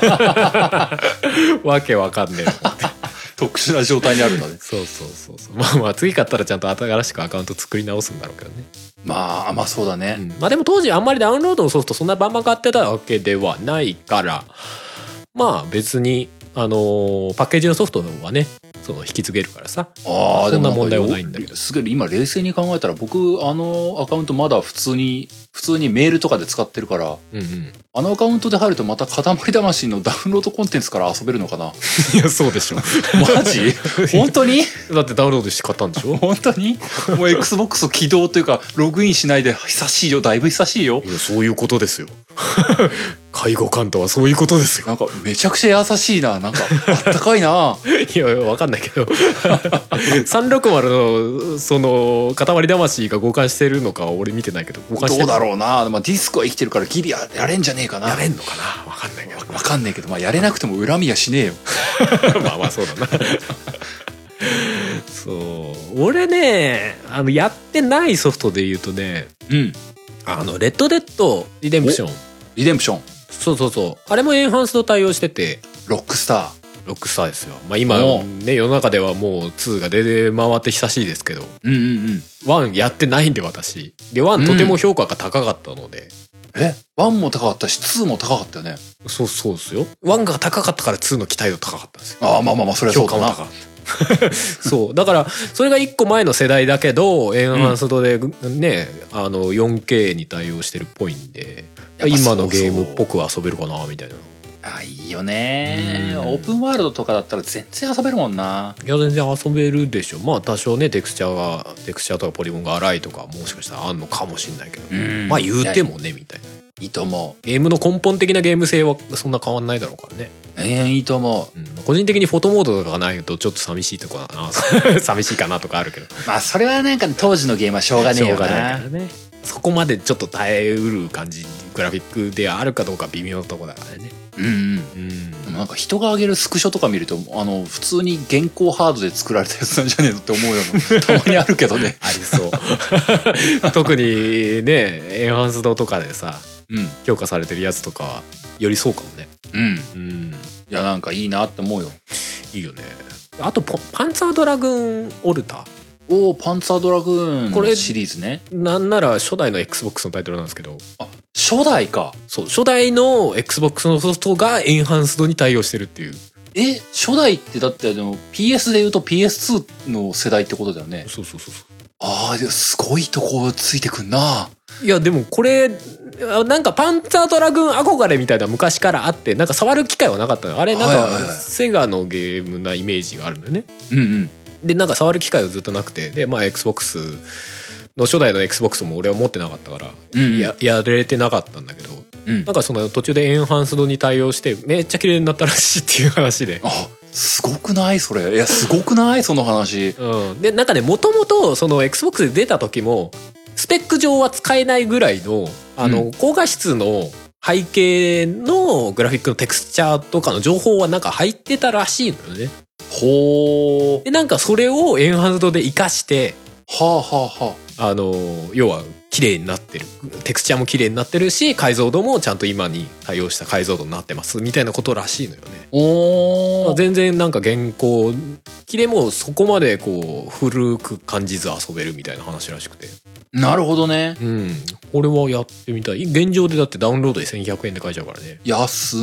わけわかんねえ。 特殊な状態にあるんだね。 そう。まあ次買ったらちゃんと新しくアカウント作り直すんだろうけどね。 まあそうだね。 まあでも当時あんまりダウンロードのソフトそんなバンバン買ってたわけではないから、まあ別にパッケージのソフトはね引き継げるからさ、そんな問題はないんだけど。 すげえ今冷静に考えたら僕アカウントまだ普通にメールとかで使ってるから、あのアカウントで入るとまた塊魂のダウンロードコンテンツから遊べるのかな。 いやそうでしょ。 マジ？本当に？ だってダウンロードして買ったんでしょ。 本当に？もう XBOX 起動というかログインしないで久しいよ。だいぶ久しいよ。 いやそういうことですよ。介護官とはそういうことですよ。 なんかめちゃくちゃ優しいな。なんかあったかいな。 いやわかんないけど360のその塊魂が互換してるのか俺見てないけど、互換してる。 どうだろうな。まあディスクは生きてるからギリやれんじゃねえかな。 やれんのかな。わかんないけど。 わかんないけど、まあやれなくても恨みはしねえよ。 まあそうだな。そう俺ねやってないソフトで言うとね、レッドデッドリデンプション。そうあれもエンハンスド対応してて、 ロックスターですよ。まあ今ね世の中ではもう2が出回って久しいですけど、1やってないんで私で1とても評価が高かったので、 1も高かったし2も高かったよね。 そうですよ。1が高かったから2の期待度高かったんですよ。 まあそれはそうだな。 そうだからそれが1個前の世代だけどエンハンスドでね4K に対応してるっぽいんで、今のゲームっぽく遊べるかなみたいな。 いいよね。オープンワールドとかだったら全然遊べるもんな。 いや全然遊べるでしょ。まあ多少ねテクスチャーとかポリゴンが荒いとかもしかしたらあんのかもしんないけど、まあ言うてもねみたいな。 いいと思う。 ゲームの根本的なゲーム性はそんな変わんないだろうからね。 いいと思う、 個人的にフォトモードとかがないとちょっと寂しいとこだな寂しいかなとかあるけど、 まあそれはなんか当時のゲームはしょうがねえよな。 しょうがないからね。そこまでちょっと耐えうる感じグラフィックであるかどうか微妙なとこだからね。 でもなんか人が上げるスクショとか見ると普通に現行ハードで作られたやつなんじゃねえのって思うようなたまにあるけどねありそう特にねエンハンスドとかでさ、強化されてるやつとかはよりそうかもね。 いやなんかいいなって思うよ。 いいよね。あとパンツァードラグーンオルタ。 パンツァードラグーンのシリーズね。 なんなら初代の XBOX のタイトルなんですけど。 初代か。 そう、初代の XBOX のソフトがエンハンスドに対応してるっていう。 初代ってだって PS で言うと PS2 の世代ってことだよね。 そう。 すごいとこついてくんな。 いやでもこれなんかパンツァードラグーン憧れみたいな昔からあって、なんか触る機会はなかったの。あれなんかセガのゲームなイメージがあるんだよね。でなんか触る機会はずっとなくて、でまあ XBOX の初代の XBOX も俺は持ってなかったから、やれてなかったんだけど、なんかその途中でエンハンスドに対応してめっちゃ綺麗になったらしいっていう話で。 すごくないそれ。いやすごくないその話。 でなんかね、もともとその XBOX で出た時もスペック上は使えないぐらいの高画質の背景のグラフィックのテクスチャーとかの情報はなんか入ってたらしいのよね。でなんかそれをエンハンスドで活かして要は綺麗になってる、テクスチャーも綺麗になってるし、解像度もちゃんと今に対応した解像度になってますみたいなことらしいのよね。全然なんか現行機でもそこまでこう古く感じず遊べるみたいな話らしくて。 なるほどね。 これはやってみたい。現状でだってダウンロードで1100円で買えちゃうからね。 安い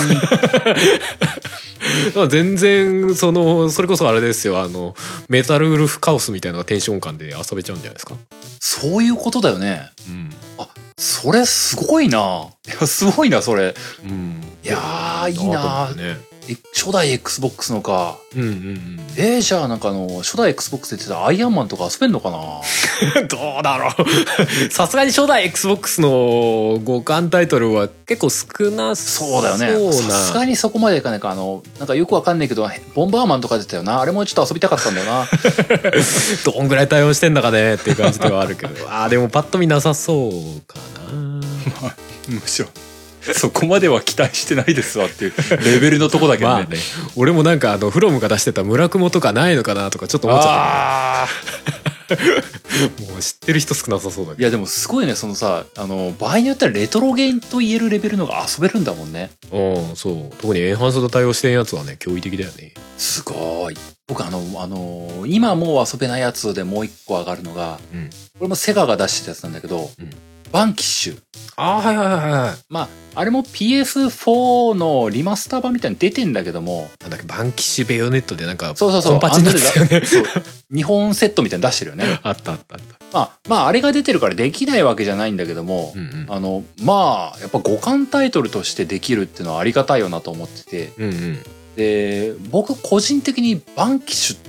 全然それこそあれですよ、メタルウルフカオスみたいなテンション感で遊べちゃうんじゃないですか。 そういうことだよね。それすごいな。すごいなそれ。いやいいな。初代 XBOX のか。じゃあなんか初代 XBOX で言ってたアイアンマンとか遊べんのかなどうだろうさすがに初代 XBOX の互換タイトルは結構少なそうだよね。さすがにそこまでいかないか。なんかよくわかんないけどボンバーマンとか出たよな。あれもちょっと遊びたかったんだよなどんぐらい対応してんだかねっていう感じではあるけどでもパッと見なさそうかなむしろそこまでは期待してないですわっていうレベルのとこだけどね。 俺もなんかフロムが出してた村雲とかないのかなとかちょっと思っちゃったもう知ってる人少なさそうだけど。 いやでもすごいね、そのさ場合によってはレトロゲームと言えるレベルのが遊べるんだもんね。 そう。特にエンハンスド対応してるやつはね驚異的だよね。 すごい。僕今もう遊べないやつでもう一個上がるのが、これもセガが出してたやつなんだけど、バンキッシュ。まああれも PS4 のリマスター版みたいに出てんだけども、 なんだっけ、バンキッシュベヨネットでなんかコンパチになってたよね。 2本セットみたいに出してるよね。 あった。 まああれが出てるからできないわけじゃないんだけども、まあやっぱ互換タイトルとしてできるっていうのはありがたいよなと思ってて、で僕個人的にバンキッシュって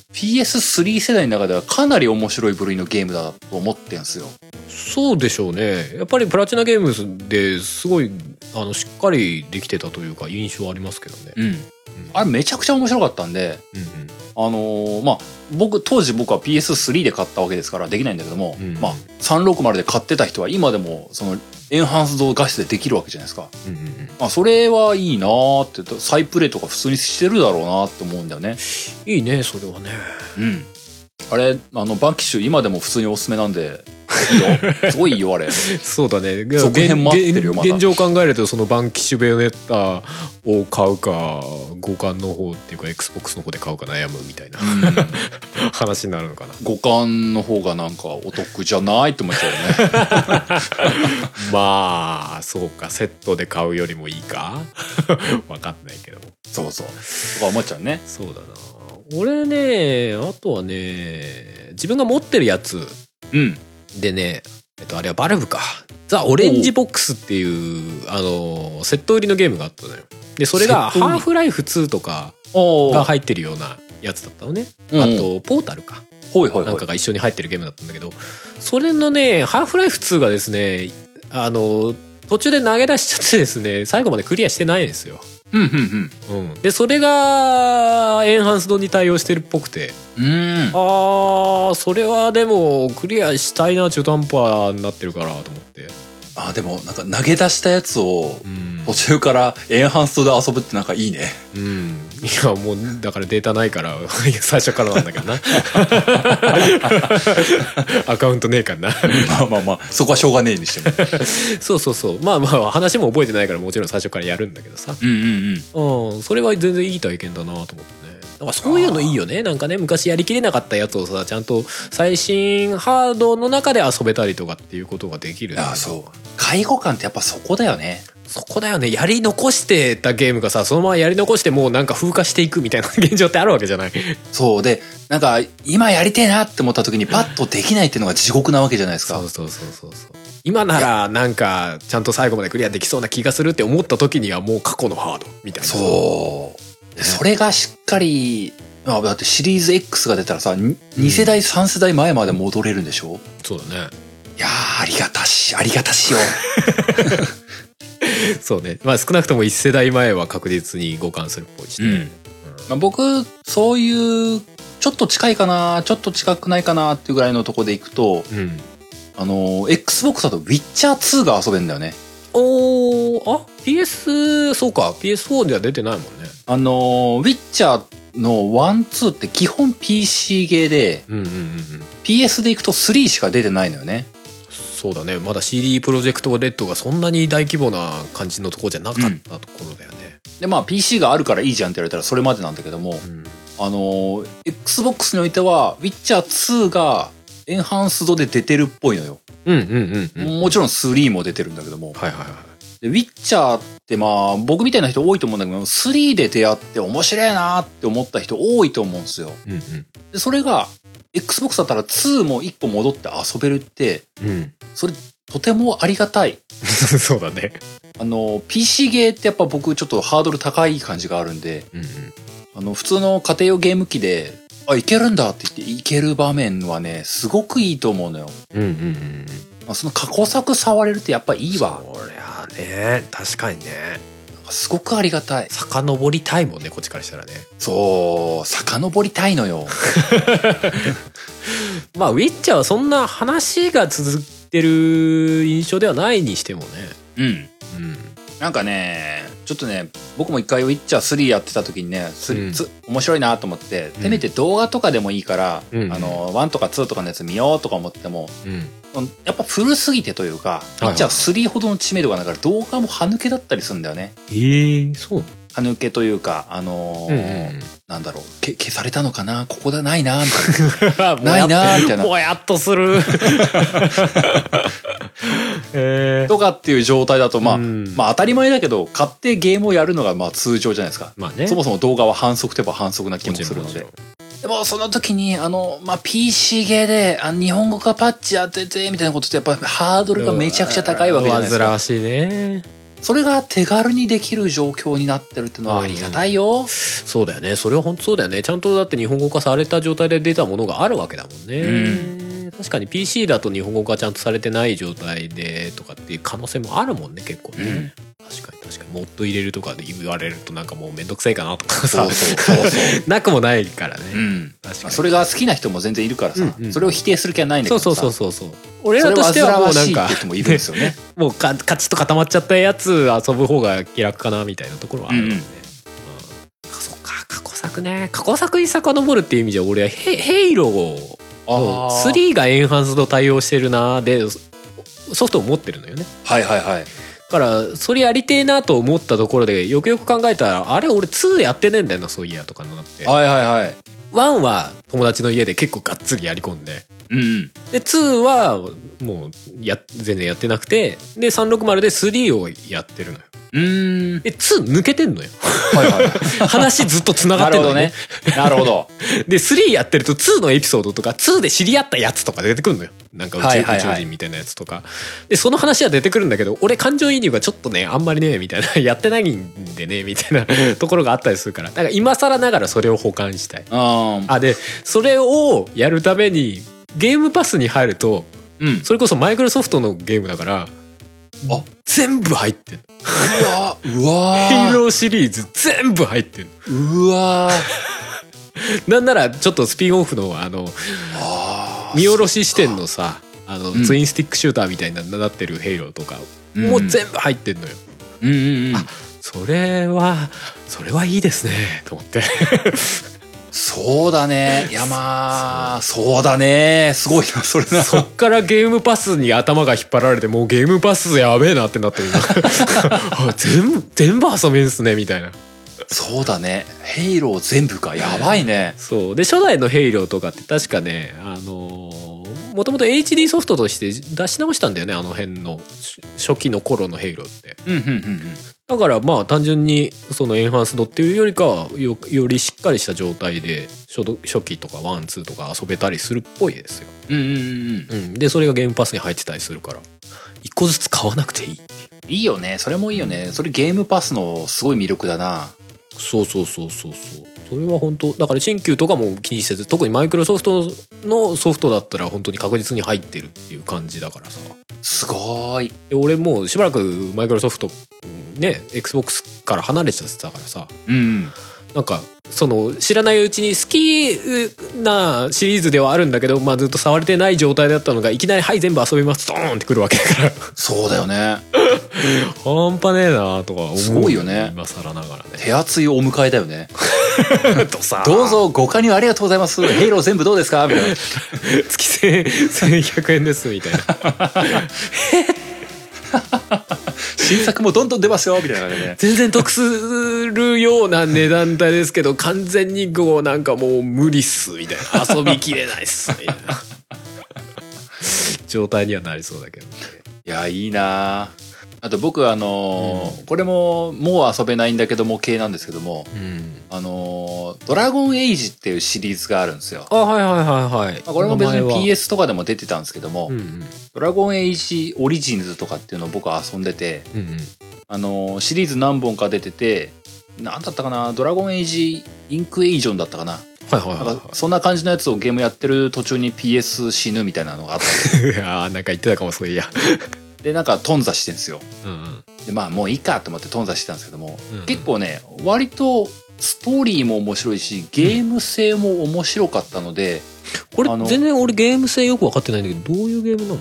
PS3 世代の中ではかなり面白い部類のゲームだと思ってんすよ。 そうでしょうね。やっぱりプラチナゲームズですごいしっかりできてたというか印象ありますけどね。あれめちゃくちゃ面白かったんで、まあ当時僕は PS3 で買ったわけですからできないんだけども、まあ360で買ってた人は今でもそのエンハンスド画質でできるわけじゃないですか。それはいいなーって、再プレイとか普通にしてるだろうなって思うんだよね。 いいねそれはね。 あれバンキッシュ今でも普通におすすめなんで。すごいよあれ。 そうだね。 続編待ってるよまだ。 現状考えるとそのバンキッシュベヨネッタを買うか互換の方っていうか XBOX の方で買うか悩むみたいな話になるのかな。 互換の方がなんかお得じゃないって思っちゃうよね。 まあそうか、セットで買うよりもいいかわかんないけど。 そうとか思っちゃうね。 そうだな。俺ね、あとはね、自分が持ってるやつでね、あれはバルブか。ザ・オレンジボックスっていうセット売りのゲームがあったのよ。でそれがハーフライフ2とかが入ってるようなやつだったのね。あとポータルかなんかが一緒に入ってるゲームだったんだけど、それのねハーフライフ2がですね途中で投げ出しちゃってですね、最後までクリアしてないんですよ。 でそれがエンハンスドに対応してるっぽくて、それはでもクリアしたいな、中途半端になってるからと思って。 でもなんか投げ出したやつを途中からエンハンストで遊ぶってなんかいいね。 いやもうだからデータないから最初からなんだけどなアカウントねえからなまあそこはしょうがねえにしてもそうまあ話も覚えてないからもちろん最初からやるんだけどさ、それは全然いい体験だなと思ってね。なんかそういうのいいよね。なんかね、昔やりきれなかったやつをさ、ちゃんと最新ハードの中で遊べたりとかっていうことができる。 そう。介護感ってやっぱそこだよね。 そこだよね。やり残してたゲームがさ、そのままやり残してもうなんか風化していくみたいな現状ってあるわけじゃない。 そうで、なんか今やりてえなって思った時にパッとできないっていうのが地獄なわけじゃないですか。 そう。今ならなんかちゃんと最後までクリアできそうな気がするって思った時にはもう過去のハードみたいな。 そう。それがしっかり、だってシリーズ X が出たらさ、2世代3世代前まで戻れるんでしょ。 そうだね。 いやー、ありがたしよそうね。まあ少なくとも1世代前は確実に互換するっぽいしね。 僕そういうちょっと近いかな、ちょっと近くないかなっていうぐらいのとこでいくと、Xbox だとウィッチャー2が遊べるんだよね。 PS、そうか、PS4 では出てないもんね。 ウィッチャーの1、2って基本 PC ゲーで、PS でいくと3しか出てないのよね。 そうだね。まだ CD プロジェクトレッドがそんなに大規模な感じのところじゃなかったところだよね。 で、まあ PC があるからいいじゃんって言われたらそれまでなんだけども、Xbox においては、ウィッチャー2がエンハンスドで出てるっぽいのよ。もちろん3も出てるんだけども。でウィッチャーってまあ僕みたいな人多いと思うんだけど、3で出会って面白いなって思った人多いと思うんですよ。でそれが Xbox だったら2も1個戻って遊べるって、それとてもありがたい。 そうだね。 PC ゲーってやっぱ僕ちょっとハードル高い感じがあるんで、普通の家庭用ゲーム機でいけるんだって言っていける場面はねすごくいいと思うのよ。その過去作触れるってやっぱいいわ。 そりゃね、確かにね。 すごくありがたい。 遡りたいもんね、こっちからしたらね。 そう、遡りたいのよ。 まあウィッチャーはそんな話が続いてる印象ではないにしてもね。 なんかね、ちょっとね、僕も一回ウィッチャー3やってた時にね、面白いなと思って、せめて動画とかでもいいから、1とか2とかのやつ見ようとか思っても、やっぱ古すぎてというか、ウィッチャー3ほどの知名度がないから動画も歯抜けだったりするんだよね。 そう歯抜けというか、なんだろう、消されたのかな、ここだ、ないなみたいな。ないなみたいな。 もやっとする。 とかっていう状態だと、まあ当たり前だけど、買ってゲームをやるのがまあ通常じゃないですか。そもそも動画は反則といえば反則な気もするので。でもその時にPC ゲーで日本語化パッチやっててみたいなことってやっぱハードルがめちゃくちゃ高いわけじゃないですか。 煩わしいね。 それが手軽にできる状況になってるっていうのはありがたいよ。 そうだよね。それは本当そうだよね。ちゃんとだって日本語化された状態で出たものがあるわけだもんね。確かに PC だと日本語化ちゃんとされてない状態でとかっていう可能性もあるもんね、結構ね。確かにモッド入れるとかで言われるとなんかもうめんどくさいかなとかさ、なくもないからね。 確かにそれが好きな人も全然いるからさ、それを否定する気はないんだけどさ。 そう俺らとしてはもうなんかもうカチッと固まっちゃったやつ遊ぶ方が気楽かなみたいなところはあるもんね。そっか、過去作ね。過去作に遡るっていう意味じゃ俺はヘイロー3がエンハンスド対応してるなでソフトを持ってるのよね。だからそれやりてえなと思ったところでよくよく考えたら、あれ俺2やってねえんだよな、そういやとかになって、1は友達の家で結構がっつりやり込んで、で2はもう全然やってなくて、で360で3をやってるのよ。で2抜けてんのよ。話ずっとつながってんのよね。 なるほど。 で3やってると2のエピソードとか2で知り合ったやつとか出てくるのよ。なんか宇宙人みたいなやつとかで、その話は出てくるんだけど、俺感情移入がちょっとねあんまりねみたいなやってないんでねみたいなところがあったりするから、だから今更ながらそれを補完したい。でそれをやるためにゲームパスに入ると、それこそマイクロソフトのゲームだからあ、 全部入ってんの。 うわヘイローシリーズ全部入ってんの。 うわなんならちょっとスピンオフの見下ろし視点のさ、ツインスティックシューターみたいになってるヘイローとか、もう全部入ってんのよ。あ、それはいいですねと思って。 そうだね。いやまあそうだね。すごいなそれな。 そっからゲームパスに頭が引っ張られて、もうゲームパスやべえなってなってる。全部遊べんすねみたいな。 そうだね。ヘイロー全部か。やばいね。 そうで、初代のヘイローとかって確かね、もともと HD ソフトとして出し直したんだよね、あの辺の初期の頃のヘイローって。だからまあ単純にそのエンハンスドっていうよりかは よりしっかりした状態で初期とかワンツーとか遊べたりするっぽいですよ。でそれがゲームパスに入ってたりするから、一個ずつ買わなくていい。 いいよね。それもいいよね。それゲームパスのすごい魅力だな。 そう。それは本当だから、新旧とかも気にせず、特にマイクロソフトのソフトだったら本当に確実に入ってるっていう感じだからさ。 すごい。 俺もうしばらくマイクロソフトね XBOX から離れちゃってたからさ、なんかその知らないうちに好きなシリーズではあるんだけど、まあずっと触れてない状態だったのが、いきなりはい全部遊びますドーンってくるわけだから。 そうだよね。 半端ねえなとか思う。 すごいよね。 今更ながらね。 手厚いお迎えだよね。 どうぞご加入ありがとうございます。ヘイロー全部どうですかみたいな。 月1100円ですみたいな。 新作もどんどん出ますよみたいなね。 全然得するような値段帯ですけど、完全にこうなんかもう無理っすみたいな、遊びきれないっすみたいな状態にはなりそうだけどね。 いやいいな。あと僕これももう遊べないんだけども系なんですけども、ドラゴンエイジっていうシリーズがあるんですよ。 はい。 これも別に PS とかでも出てたんですけども、ドラゴンエイジオリジンズとかっていうのを僕は遊んでて、シリーズ何本か出てて、なんだったかな、ドラゴンエイジインクエイジョンだったかな。そんな感じのやつをゲームやってる途中に PS 死ぬみたいなのがあったんですよ。 なんか言ってたかも。そういや。 でなんか頓挫してんですよ。でまあもういいかと思って頓挫してたんですけども、結構ね割とストーリーも面白いしゲーム性も面白かったので、 これ全然俺ゲーム性よく分かってないんだけど、どういうゲームなの？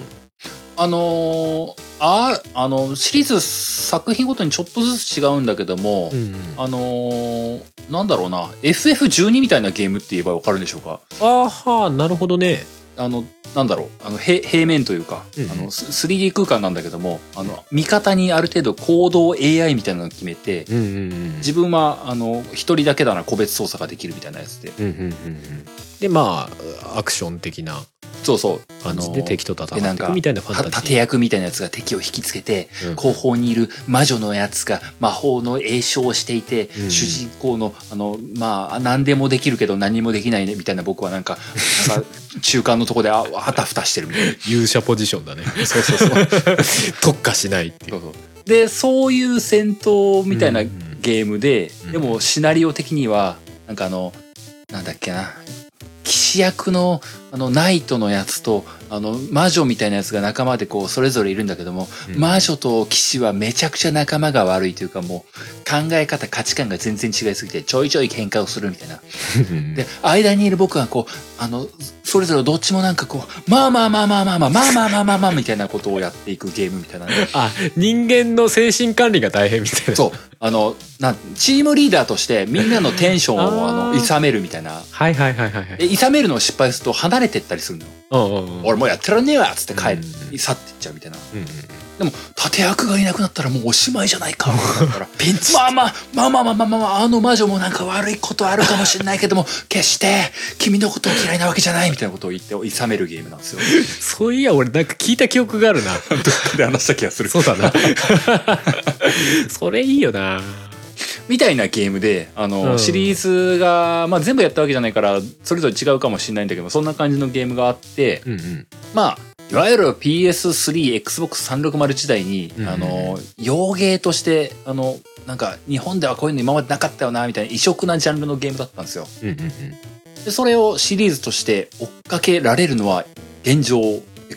シリーズ作品ごとにちょっとずつ違うんだけども、なんだろうな、 FF12 みたいなゲームって言えば分かるんでしょうか。 なるほどね。 なんだろう、平面というか、3D 空間なんだけども、味方にある程度行動 AI みたいなのを決めて、自分は一人だけだな個別操作ができるみたいなやつで、 でまあアクション的な感じで敵と戦っていくみたいなファンタジー。 盾役みたいなやつが敵を引きつけて、後方にいる魔女のやつが魔法の詠唱をしていて、主人公のまあ何でもできるけど何もできないねみたいな、僕はなんか中間のとこであたふたしてるみたいな勇者ポジションだね。特化しないっていう。 でそういう戦闘みたいなゲームで、でもシナリオ的にはなんかなんだっけな、騎士役のナイトのやつと魔女みたいなやつが仲間でこうそれぞれいるんだけども、魔女と騎士はめちゃくちゃ仲間が悪いというか、もう考え方価値観が全然違いすぎてちょいちょい喧嘩をするみたいな。で間にいる僕はこうそれぞれどっちもなんかこうまあみたいなことをやっていくゲームみたいな、ね。 人間の精神管理が大変みたいな。 そうチームリーダーとしてみんなのテンションを諌めるみたいな。諌めるのを失敗すると離れてったりするのよ。俺もうやってらんねえわっつって去っていっちゃうみたいな。でも盾役がいなくなったらもうおしまいじゃないか。ピンチ。まあ魔女もなんか悪いことあるかもしれないけども、決して君のことを嫌いなわけじゃないみたいなことを言って諌めるゲームなんですよ。 そういや俺なんか聞いた記憶があるな。どっかで話した気がする。 そうだな。それいいよな。 みたいなゲームでシリーズが、まあ、全部やったわけじゃないからそれぞれ違うかもしれないんだけど、そんな感じのゲームがあって、まあいわゆる PS3、Xbox360 時代に、洋ゲーとしてなんか日本ではこういうの今までなかったよなみたいな異色なジャンルのゲームだったんですよ。でそれをシリーズとして追っかけられるのは現状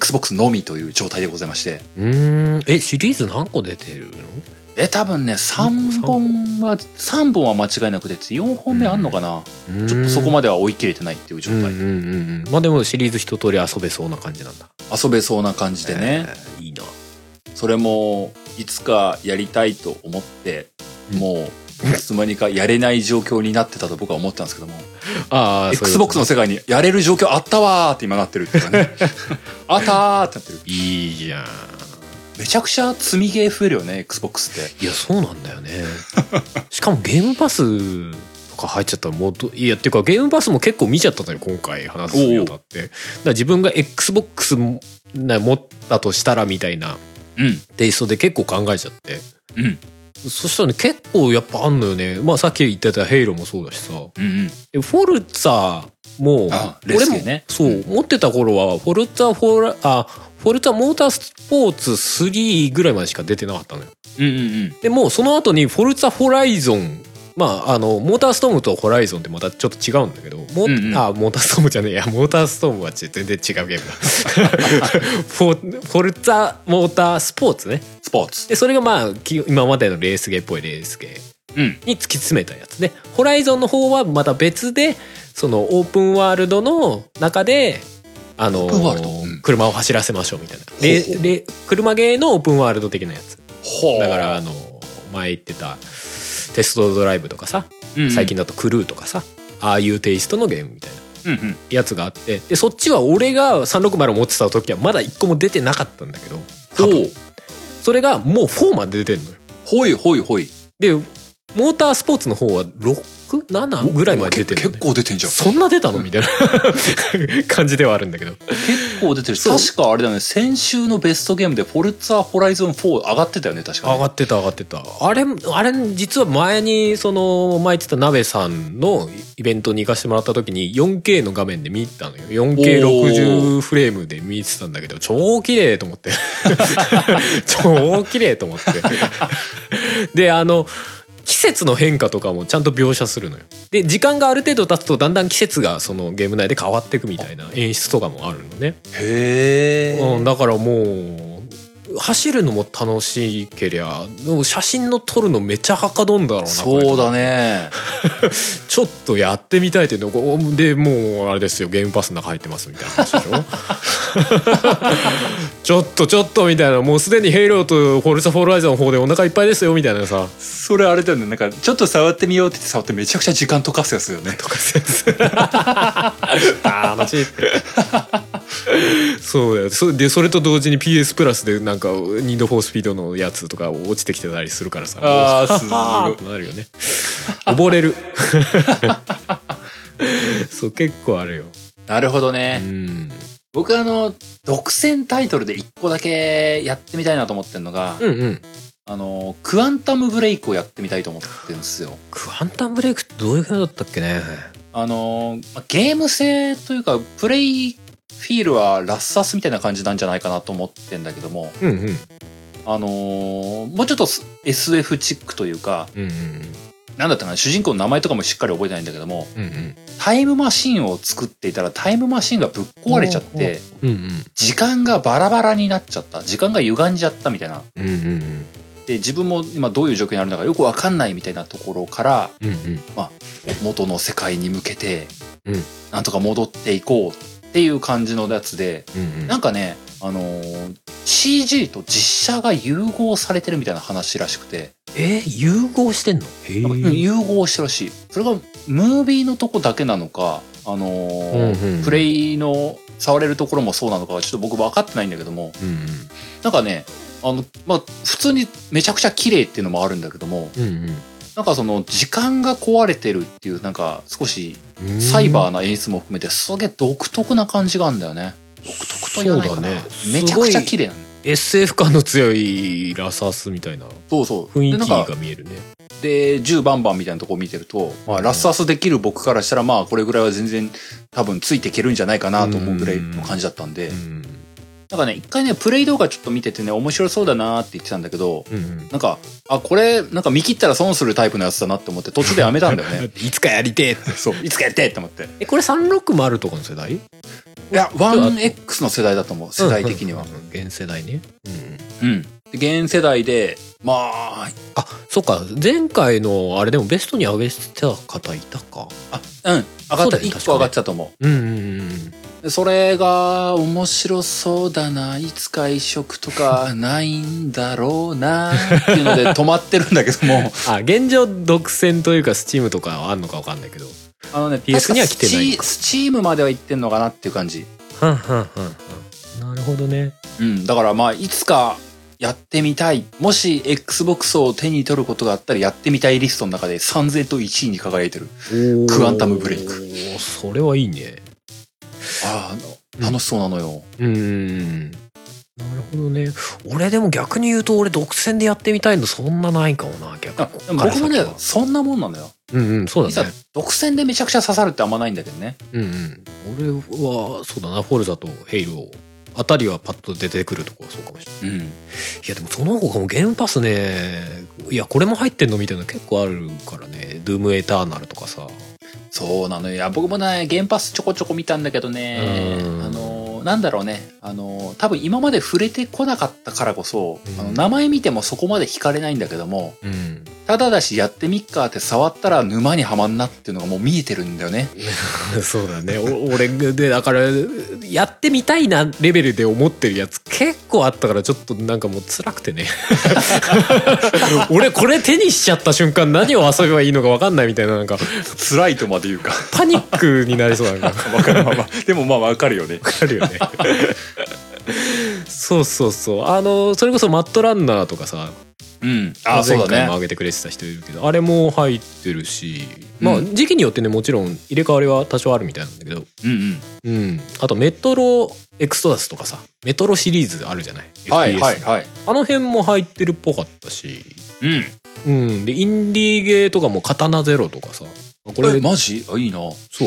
Xbox のみという状態でございまして。 シリーズ何個出てるの？ 多分ね、3本は間違いなく出てて、4本目あんのかな、ちょっとそこまでは追い切れてないっていう状態。 まあでもシリーズ一通り遊べそうな感じなんだ。 遊べそうな感じでね。 いいな。 それも、いつかやりたいと思って、もう、いつの間にかやれない状況になってたと僕は思ったんですけども。Xbox の世界にやれる状況あったわーって今なってるっていうかね。あったーってなってる。 いいじゃん。 めちゃくちゃ積みゲー増えるよね、Xbox って。 いや、そうなんだよね。しかもゲームパスとか入っちゃったらもういや、っていうかゲームパスも結構見ちゃったのよ、今回話すにあたって。だから自分が Xbox 持ったとしたらみたいなテイストで結構考えちゃって。そしたらね、結構やっぱあんのよね。まあさっき言ってたヘイロもそうだしさ。フォルツァも、俺も、そう、持ってた頃は、フォルツァモータースポーツ3ぐらいまでしか出てなかったのよ。でもうその後にフォルツァホライゾン、まあモーターストームとホライゾンってまたちょっと違うんだけど、モーターストームじゃねえや、モーターストームは全然違うゲームだ。フォルツァモータースポーツね。 スポーツ。 でそれがまあ今までのレースゲーっぽいレースゲーに突き詰めたやつで、ホライゾンの方はまた別で、そのオープンワールドの中で車を走らせましょうみたいな車ゲーのオープンワールド的なやつだから、前言ってたテストドライブとかさ、最近だとクルーとかさ、ああいうテイストのゲームみたいなやつがあって、でそっちは俺が360持ってた時はまだ1個も出てなかったんだけど、それがもう4まで出てんのよ。 ほいほいほい。 でモータースポーツの方は6?7 ぐらいまで出てる、ね、 結構出てんじゃん。 そんな出たのみたいな感じではあるんだけど、 結構出てる。確かあれだね、先週のベストゲームでフォルツァホライゾン4上がってたよね、確かに。 上がってた。あれ実は前に前言ってた鍋さんのイベントに行かせてもらった時に 4K の画面で見たのよ。 4K60 フレームで見てたんだけど、超綺麗と思って超綺麗と思ってで季節の変化とかもちゃんと描写するのよ。で時間がある程度経つとだんだん季節がそのゲーム内で変わっていくみたいな演出とかもあるのね。 へえ、 だからもう走るのも楽しけりゃ写真の撮るのめっちゃはかどんだろうな。 そうだねちょっとやってみたいっていうので、もうあれですよ、ゲームパスの中入ってますみたいな話でしょちょっとみたいな、もうすでにヘイローとフォルツァホライゾンの方でお腹いっぱいですよみたいなさ。 それあれだよね、なんかちょっと触ってみようって言って触ってめちゃくちゃ時間溶かすやつよね。 溶かすやつ楽しいそうだよ。それと同時に PS プラスでなんかニードフォースピードのやつとか落ちてきてたりするからさ、すごいなるよね。溺れるそう、結構あるよ。 なるほどね。僕独占タイトルで1個だけやってみたいなと思ってるのが、クアンタムブレイクをやってみたいと思ってるんですよ。 クアンタムブレイクってどういう風だったっけね。 ゲーム性というかプレイフィールはラッサスみたいな感じなんじゃないかなと思ってんだけども、もうちょっと SF チックというか、なんだったかな、主人公の名前とかもしっかり覚えてないんだけども、タイムマシンを作っていたらタイムマシンがぶっ壊れちゃって、時間がバラバラになっちゃった、時間が歪んじゃったみたいな、で自分も今どういう状況にあるのかよく分かんないみたいなところから、元の世界に向けてなんとか戻っていこうっていう感じのやつで、なんかね、CG と実写が融合されてるみたいな話らしくて。 融合してんの？ 融合してるらしい。それがムービーのとこだけなのか、プレイの触れるところもそうなのかはちょっと僕分かってないんだけども、なんかね、普通にめちゃくちゃ綺麗っていうのもあるんだけども、なんかその時間が壊れてるっていうなんか少しサイバーな演出も含めてすげえ独特な感じがあるんだよね。独特と言わないかな。めちゃくちゃ綺麗なの。 SF 感の強いラサスみたいな雰囲気が見えるね。 で銃バンバンみたいなとこ見てると、ラスアスできる僕からしたらこれぐらいは全然多分ついていけるんじゃないかなと思うぐらいの感じだったんで、なんかね、一回ねプレイ動画ちょっと見ててね面白そうだなって言ってたんだけど、なんかこれなんか見切ったら損するタイプのやつだなって思って途中でやめたんだよね。 いつかやりてえって。 そう、いつかやりてえって思って。 これ360とかの世代？ いや 1X の世代だと思う、世代的には。 現世代ね。 うん。現世代でまあそっか、前回のあれでもベストに上げてた方いたか。 上がった、1個上がってたと思う。それが面白そうだな、いつか移植とかないんだろうなっていうので止まってるんだけども現状独占というかスチームとかはあんのか分かんないけど、PS には来てないか。 スチームまでは行ってんのかなっていう感じ。 なるほどね。 だからまあいつかやってみたい、もし XBOX を手に取ることがあったらやってみたいリストの中で3000と1位に輝いてるクアンタムブレイク。 それはいいね。 楽しそうなのよ。 なるほどね。俺でも逆に言うと俺独占でやってみたいのそんなないかもな。逆に僕もねそんなもんなのよ。 そうだね。 独占でめちゃくちゃ刺さるってあんまないんだけどね。 俺はそうだな、フォルザとヘイローあたりはパッと出てくるとこはそうかもしれない。いやでもその他もゲームパスね、いやこれも入ってんのみたいな結構あるからね。ドゥームエターナルとかさ。 そうなのよ。いや僕もねゲームパスちょこちょこ見たんだけどね、なんだろうね、多分今まで触れてこなかったからこそ、名前見てもそこまで惹かれないんだけども、ただだしやってみっかって触ったら沼にはまんなっていうのがもう見えてるんだよね。 そうだね。俺でだからやってみたいなレベルで思ってるやつ結構あったからちょっとなんかもう辛くてね俺これ手にしちゃった瞬間何を遊べばいいのか分かんないみたいな、なんか辛いとまで言うかパニックになりそうなんか分かる。でもまあ分かるよね。 分かるよねそうそれこそマットランナーとかさ、前回も上げてくれてた人いるけど、あれも入ってるし、まあ時期によってねもちろん入れ替わりは多少あるみたいなんだけど、あとメトロエクソダスとかさ、メトロシリーズあるじゃない、FPS。あの辺も入ってるっぽかったし、でインディーゲーとかも刀ゼロとかさ、 これマジいいな。 そう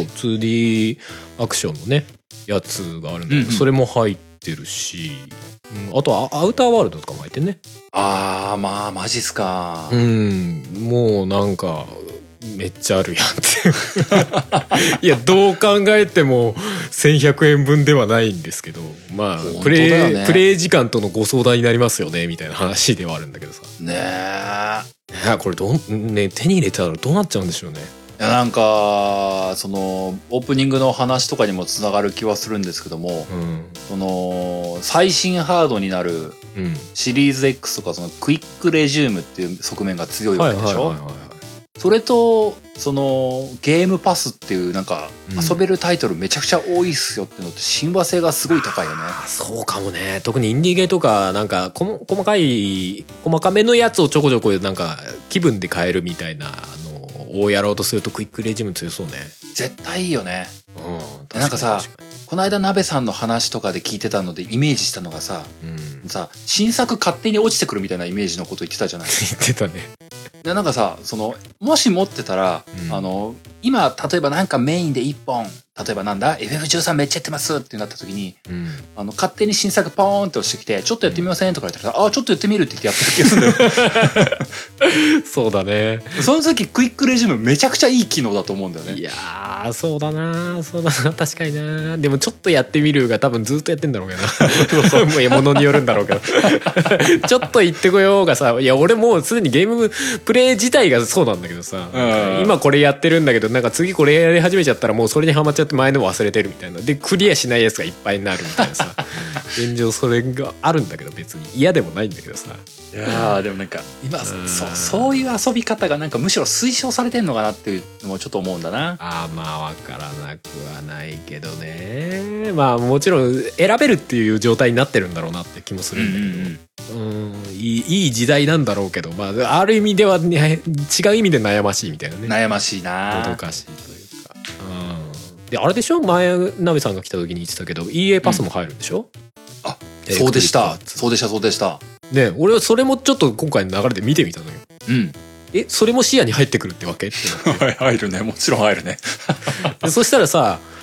2D アクションのねやつがあるんだけど、それも入ってるし、あとはアウターワールドとかも入ってんね。 まあマジっすか。 もうなんかめっちゃあるやんっていやどう考えても1100円分ではないんですけど、まあプレイ時間とのご相談になりますよねみたいな話ではあるんだけどさ。 ねえ。 これ手に入れたらどうなっちゃうんでしょうね。 なんかそのオープニングの話とかにもつながる気はするんですけども、その最新ハードになるシリーズ X とかそのクイックレジュームっていう側面が強いわけでしょ。それとそのゲームパスっていうなんか遊べるタイトルめちゃくちゃ多いっすよってのって親和性がすごい高いよね。 そうかもね。特にインディーゲーとかなんか細かめのやつをちょこちょこなんか気分で変えるみたいなをやろうとするとクイックレジム強そうね。 絶対いいよね。なんかさ、この間鍋さんの話とかで聞いてたのでイメージしたのがさ、新作勝手に落ちてくるみたいなイメージのこと言ってたじゃない。 言ってたね。 でなんかさ、もし持ってたら、今例えばなんかメインで1本、例えばなんだ FF13 めっちゃやってますってなった時に、勝手に新作ポーンって押してきてちょっとやってみませんとか言ったら、ちょっとやってみるって言ってやってる気がするんだよそうだね。 その時クイックレジュームめちゃくちゃいい機能だと思うんだよね。 いやーそうだな確かにな。でもちょっとやってみるが多分ずっとやってんだろうけどなもう物によるんだろうけどちょっと行ってこようがさ、いや俺もうすでにゲームプレイ自体がそうなんだけどさ、今これやってるんだけどなんか次これやり始めちゃったらもうそれにハマっちゃって前のも忘れてるみたいなでクリアしないやつがいっぱいになるみたいなさ現状それがあるんだけど別に嫌でもないんだけどさ。 いやでもなんか今そういう遊び方がなんかむしろ推奨されてんのかなっていうのもちょっと思うんだな。 まあ分からなくはないけどね。まあもちろん選べるっていう状態になってるんだろうなって気もするんだけど、いい時代なんだろうけど、まあある意味では、ね、違う意味で悩ましいみたいなね。 悩ましいな。 もどかしいというか。であれでしょ、前鍋さんが来た時に言ってたけど EA パスも入るんでしょ。 そうでしたね。俺はそれもちょっと今回の流れで見てみたのよ。それも視野に入ってくるってわけって入るね。もちろん入るねでそしたらさ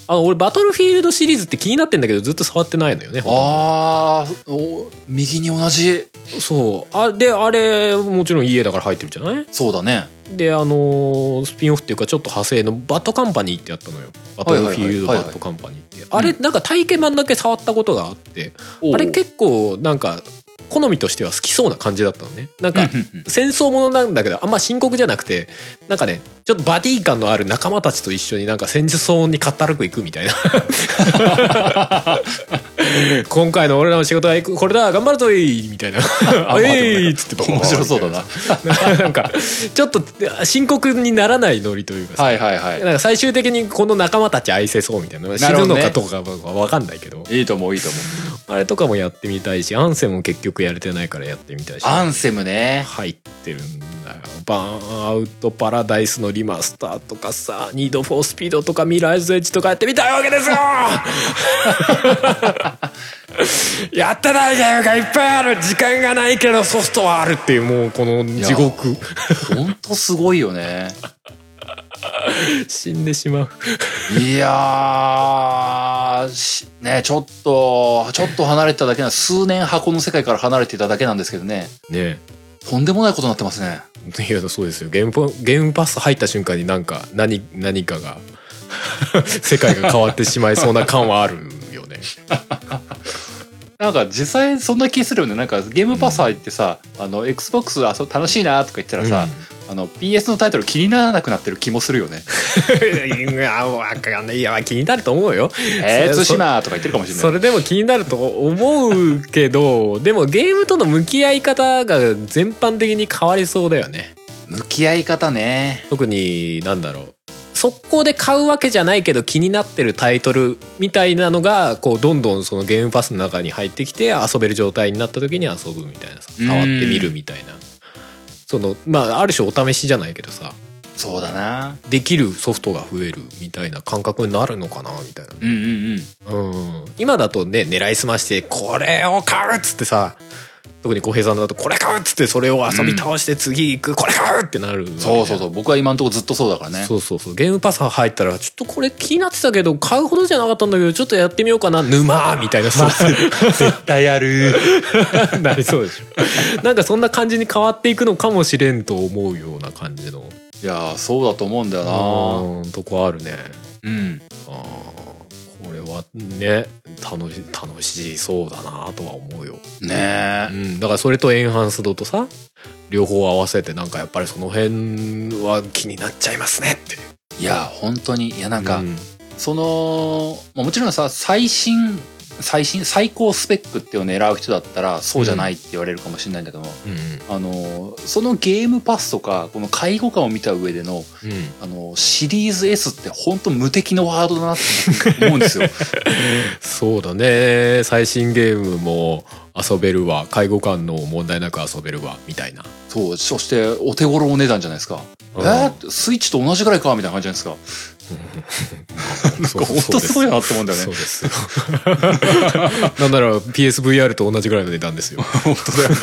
俺バトルフィールドシリーズって気になってんだけどずっと触ってないのよね。 ああ、右に同じ。 そうあれもちろん EA だから入ってるじゃない。 そうだね。 でスピンオフっていうかちょっと派生のバッドカンパニーってやったのよ。バトルフィールドバッドカンパニーって、あれなんか体験版だけ触ったことがあって、あれ結構なんか好みとしては好きそうな感じだったのね。なんか戦争ものなんだけどあんま深刻じゃなくて、なんかねちょっとバディ感のある仲間たちと一緒になんか戦争にかったるく行くみたいな今回の俺らの仕事はこれだ頑張るぞいみたいなえいっつって面白そうだななんかちょっと深刻にならないノリというかさ、 はいはいはい、 なんか最終的にこの仲間たち愛せそうみたいな、死ぬのかとかは分かんないけど、 いいと思ういいと思う。 あれとかもやってみたいし、アンセムも結局やれてないからやってみたいし、 アンセムね入ってるんだよ。バーンアウトパラダイスのリマスターとかさ、ニードフォースピードとかミラーズエッジとかやってみたいわけですよやってないゲームがいっぱいある、時間がないけどソフトはあるっていう、もうこの地獄ほんとすごいよね死んでしまういやね、ちょっと離れてただけな、数年箱の世界から離れていただけなんですけどね。 ね、 とんでもないことになってますね。 いやそうですよ。ゲームパス入った瞬間になんか何かが世界が変わってしまいそうな感はあるよねなんか実際そんな気するよね。なんかゲームパス入ってさ、XBOX 楽しいなとか言ったらさ、PS のタイトル気にならなくなってる気もするよねいやわかんない。いや気になると思うよ。 対馬とか言ってるかもしれない。 それでも気になると思うけどでもゲームとの向き合い方が全般的に変わりそうだよね。 向き合い方ね。 特になんだろう、速攻で買うわけじゃないけど気になってるタイトルみたいなのがこうどんどんそのゲームパスの中に入ってきて遊べる状態になった時に遊ぶみたいなさ、触ってみるみたいな、そのまあある種お試しじゃないけどさ、 そうだな、 できるソフトが増えるみたいな感覚になるのかなみたいな、今だとね狙いすましてこれを買うっつってさ、特に小平さんだとこれ買うっつってそれを遊び倒して次行く、これ買うってなる、 そう僕は今のところずっとそうだからね。 そうゲームパス入ったらちょっとこれ気になってたけど買うほどじゃなかったんだけどちょっとやってみようかな沼みたいなさ絶対やるなりそうでしょなんかそんな感じに変わっていくのかもしれんと思うような感じの、 いやそうだと思うんだよな。 とこあるね。これはね楽しそうだなとは思うよね。 だからそれとエンハンスドとさ両方合わせてなんかやっぱりその辺は気になっちゃいますねって。 いや本当に、いやなんか、そのもちろんさ最高スペックっていうのを狙う人だったらそうじゃないって言われるかもしれないんだけども、そのゲームパスとかこの介護感を見た上での、シリーズ S って本当無敵のワードだなって思うんですよそうだね、最新ゲームも遊べるわ、介護感の問題なく遊べるわみたいな。そしてお手頃お値段じゃないですか。スイッチと同じぐらいかみたいな感じじゃないですか。本当すごいなって思うんだよね。そうですよなんなら PSVR と同じぐらいの値段ですよ本当だよね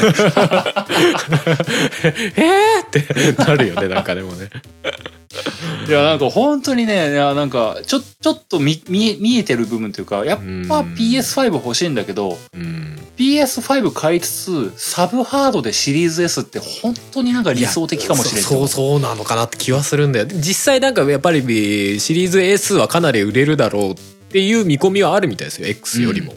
ってなるよね、なんかでもねいやなんか本当にね、なんかちょっと見えてる部分というか、やっぱ PS5 欲しいんだけど、PS5 買いつつサブハードでシリーズ S って本当になんか理想的かもしれない。そうなのかなって気はするんだよ。実際なんかやっぱりシリーズ S はかなり売れるだろうっていう見込みはあるみたいですよ、 X よりも。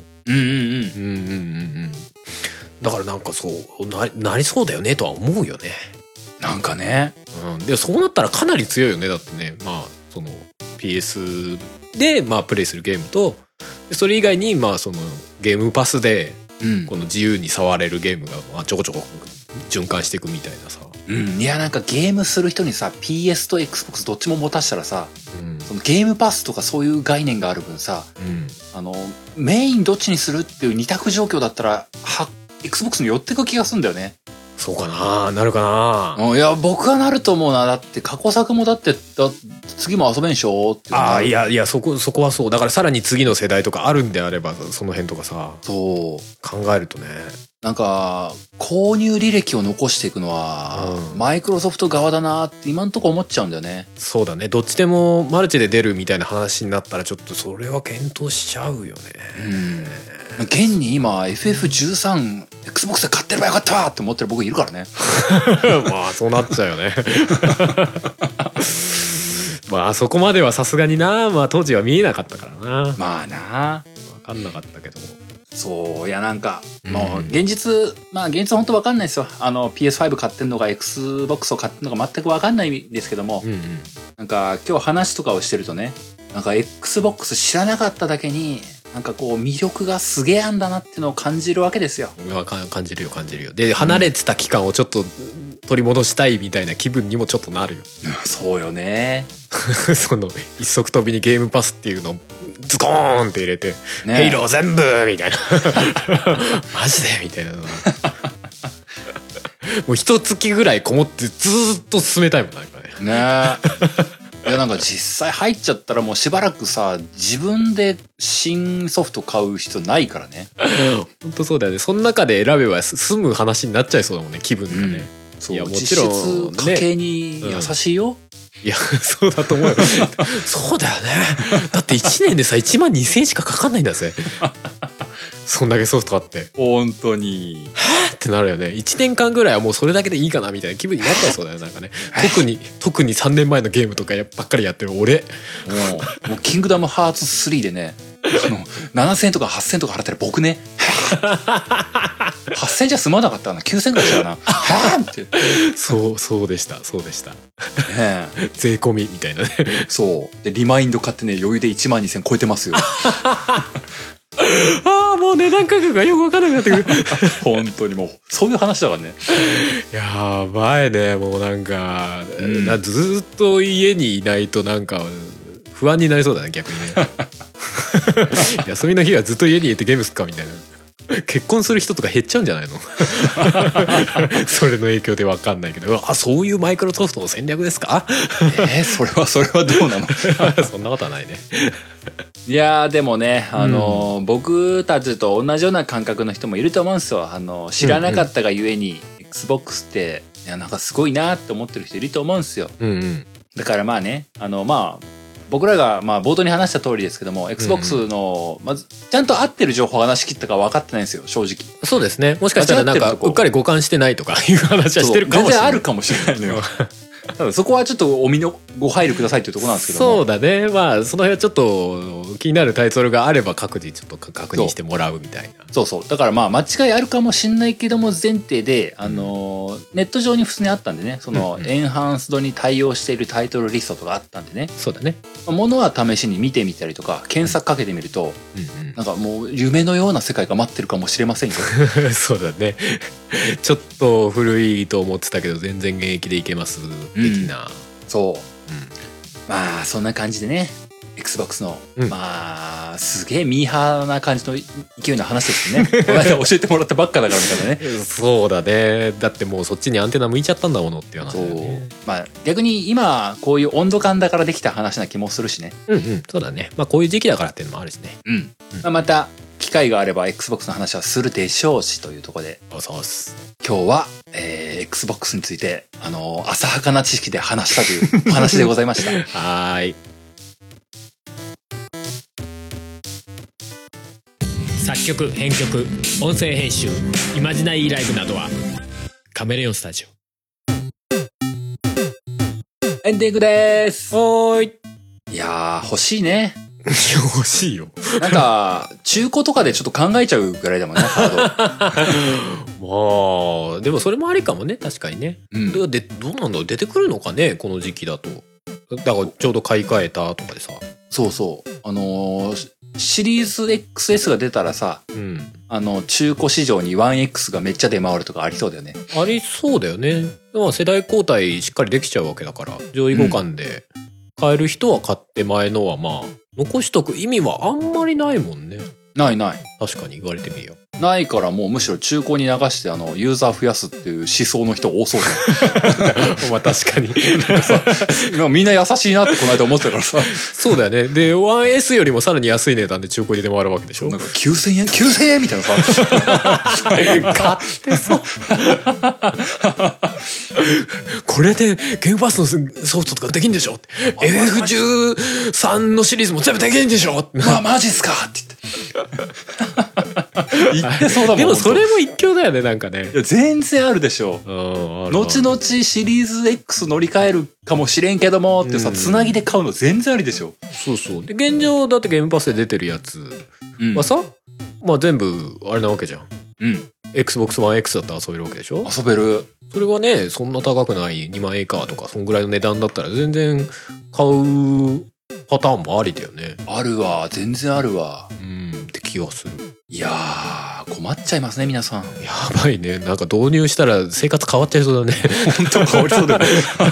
だからなんかそうなりそうだよねとは思うよね、なんかね。でそうなったらかなり強いよね。だってね、まあその PS でまあプレイするゲームと、それ以外にまあそのゲームパスでこの自由に触れるゲームがまあちょこちょこ循環していくみたいなさ。いやなんかゲームする人にさ PS と XBOX どっちも持たしたらさ、そのゲームパスとかそういう概念がある分さ、メインどっちにするっていう二択状況だったらXBOX に寄ってく気がするんだよね。そうかな、なるかな。いや僕はなると思うな。だって過去作もだって次も遊べんしょっていう。いやそこはそうだから、さらに次の世代とかあるんであればその辺とかさ、そう考えるとね、 なんか購入履歴を残していくのは、マイクロソフト側だなって今んとこ思っちゃうんだよね。 そうだね。どっちでもマルチで出るみたいな話になったらちょっとそれは検討しちゃうよね。 現に今 FF13 Xbox で買ってればよかったわって思ってる僕いるからね。 まあそうなっちゃうよね。まあそこまではさすがにな、まあ当時は見えなかったからな。 まあな、 分かんなかったけど。 そういやなんかもう現実、まあ現実は本当分かんないですよ。PS5 買ってんのか Xbox を買ってんのか全く分かんないんですけども、なんか今日話とかをしてるとね、なんか Xbox 知らなかっただけになんかこう魅力がすげえあんだなっていうのを感じるわけですよ。 感じるよ感じるよ。で離れてた期間をちょっと取り戻したいみたいな気分にもちょっとなるよ。 そうよね。 その一足飛びにゲームパスっていうのをズコーンって入れて、ヘイロー全部みたいな。マジでみたいなの。もう一月ぐらいこもってずーっと進めたいもんなんかね。 いやなんか実際入っちゃったらもうしばらくさ自分で新ソフト買う必要ないからね。 本当そうだよね。その中で選べば済む話になっちゃいそうだもんね、気分がね。 そういやもちろん家計に優しいよ。 いやそうだと思うよ。そうだよね。だって1年でさ1万2000円しかかかんないんだぜ。そんだけソフトあって本当にはぁってなるよね。1年間ぐらいはもうそれだけでいいかなみたいな気分になっちゃいそうだよなんかね。特に3年前のゲームとかばっかりやってる俺もうキングダムハーツ3でね7000円とか8000円とか払ってる僕ね8000円じゃ済まなかったな、9000円ぐらいしたかな。はぁってそうでした税込みみたいなね。 そうでリマインド買ってね余裕で1万2000円超えてますよ。 ああもう値段価格がよく分からなくなってくる。 本当にもうそういう話だからね。やばいね。もうなんか、ずっと家にいないとなんか不安になりそうだね逆にね。休みの日はずっと家にいてゲームすっかみたいな。結婚する人とか減っちゃうんじゃないの？それの影響で分かんないけど、そういうマイクロソフトの戦略ですか？ それはどうなの？ そんなことはないね。 いやでもね僕たちと同じような感覚の人もいると思うんですよ。知らなかったがゆえに XBOX っていやなんかすごいなって思ってる人いると思うんですよ。だからまあね僕らが冒頭に話した通りですけども XBOX のまずちゃんと合ってる情報を話し切ったか分かってないんですよ正直。 そうですね。もしかしたらなんかうっかり互換してないとかいう話はしてるかもしれない。 全然あるかもしれないのよ。ただそこはちょっとご配慮くださいというところなんですけども。 そうだね。まあその辺はちょっと気になるタイトルがあれば各自ちょっと確認してもらうみたいな。 そうだから間違いあるかもしんないけども前提でネット上に普通にあったんでね、そのエンハンスドに対応しているタイトルリストとかあったんでね。 そうだね。 ものは試しに見てみたりとか検索かけてみると、なんかもう夢のような世界が待ってるかもしれませんよ。 そうだね。ちょっと古いと思ってたけど全然現役でいけます的な。 そう、まあそんな感じでね XBOX の、すげえミーハーな感じの勢いの話ですよね。この間教えてもらったばっかだからみたいなね。 そうだね。だってもうそっちにアンテナ向いちゃったんだものっていう話だよね。 逆に今こういう温度感だからできた話な気もするしね。 そうだね。こういう時期だからっていうのもあるしね。 また機会があれば XBOX の話はするでしょうしというところで、今日は、XBOX について浅はかな知識で話したというお話でございました。 はい。作曲編曲音声編集イマジナリーライブなどはカメレオンスタジオ。 エンディングです。 おーい。 いやー欲しいね。 欲しいよ。 なんか中古とかでちょっと考えちゃうぐらいだもんねカード。まあでもそれもありかもね。確かにね。でどうなんだろう、出てくるのかねこの時期だと。だからちょうど買い替えたとかでさ。 そうシリーズ XS が出たらさ、中古市場に 1X がめっちゃ出回るとかありそうだよね。ありそうだよね。世代交代しっかりできちゃうわけだから上位互換で買える人は買って前のは残しとく意味はあんまりないもんね。 ない。 確かに言われてみよないからもうむしろ中古に流してユーザー増やすっていう思想の人多そうだまあ確かにみんな優しいなってこの間思ってたからさそうだよね。で 1S よりもさらに安い値段で中古に出回るわけでしょ。 なんか9000円9000円みたいなさ買ってそうこれでゲームパスのソフトとかできんでしょ FF13 のシリーズも全部できんでしょマジっすかって言ってそうだもん。 でもそれも一興だよね、なんかね。 いや全然あるでしょ。後々シリーズ X 乗り換えるかもしれんけどもってさ、つなぎで買うの全然ありでしょ。 そうそう。で現状だってゲームパスで出てるやつはさ、まあ全部あれなわけじゃん。 うん。 Xbox One X だったら遊べるわけでしょ。 遊べる。 それがね、そんな高くない2万円以下とかそんぐらいの値段だったら全然買うパターンもありだよね。 あるわ、全然あるわ。 って気がする。 いやー、困っちゃいますね皆さん。 やばいね。なんか導入したら生活変わっちゃいそうだね。 本当変わりそうだよね。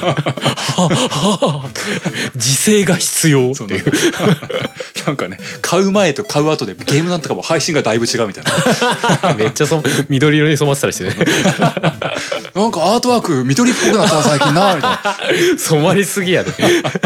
自制が必要っていう。 なんかね、買う前と買う後でゲームなんとかも配信がだいぶ違うみたいな。 めっちゃ緑色に染まってたりしてね。 なんかアートワーク緑っぽくなった最近なみたいな。 染まりすぎやで。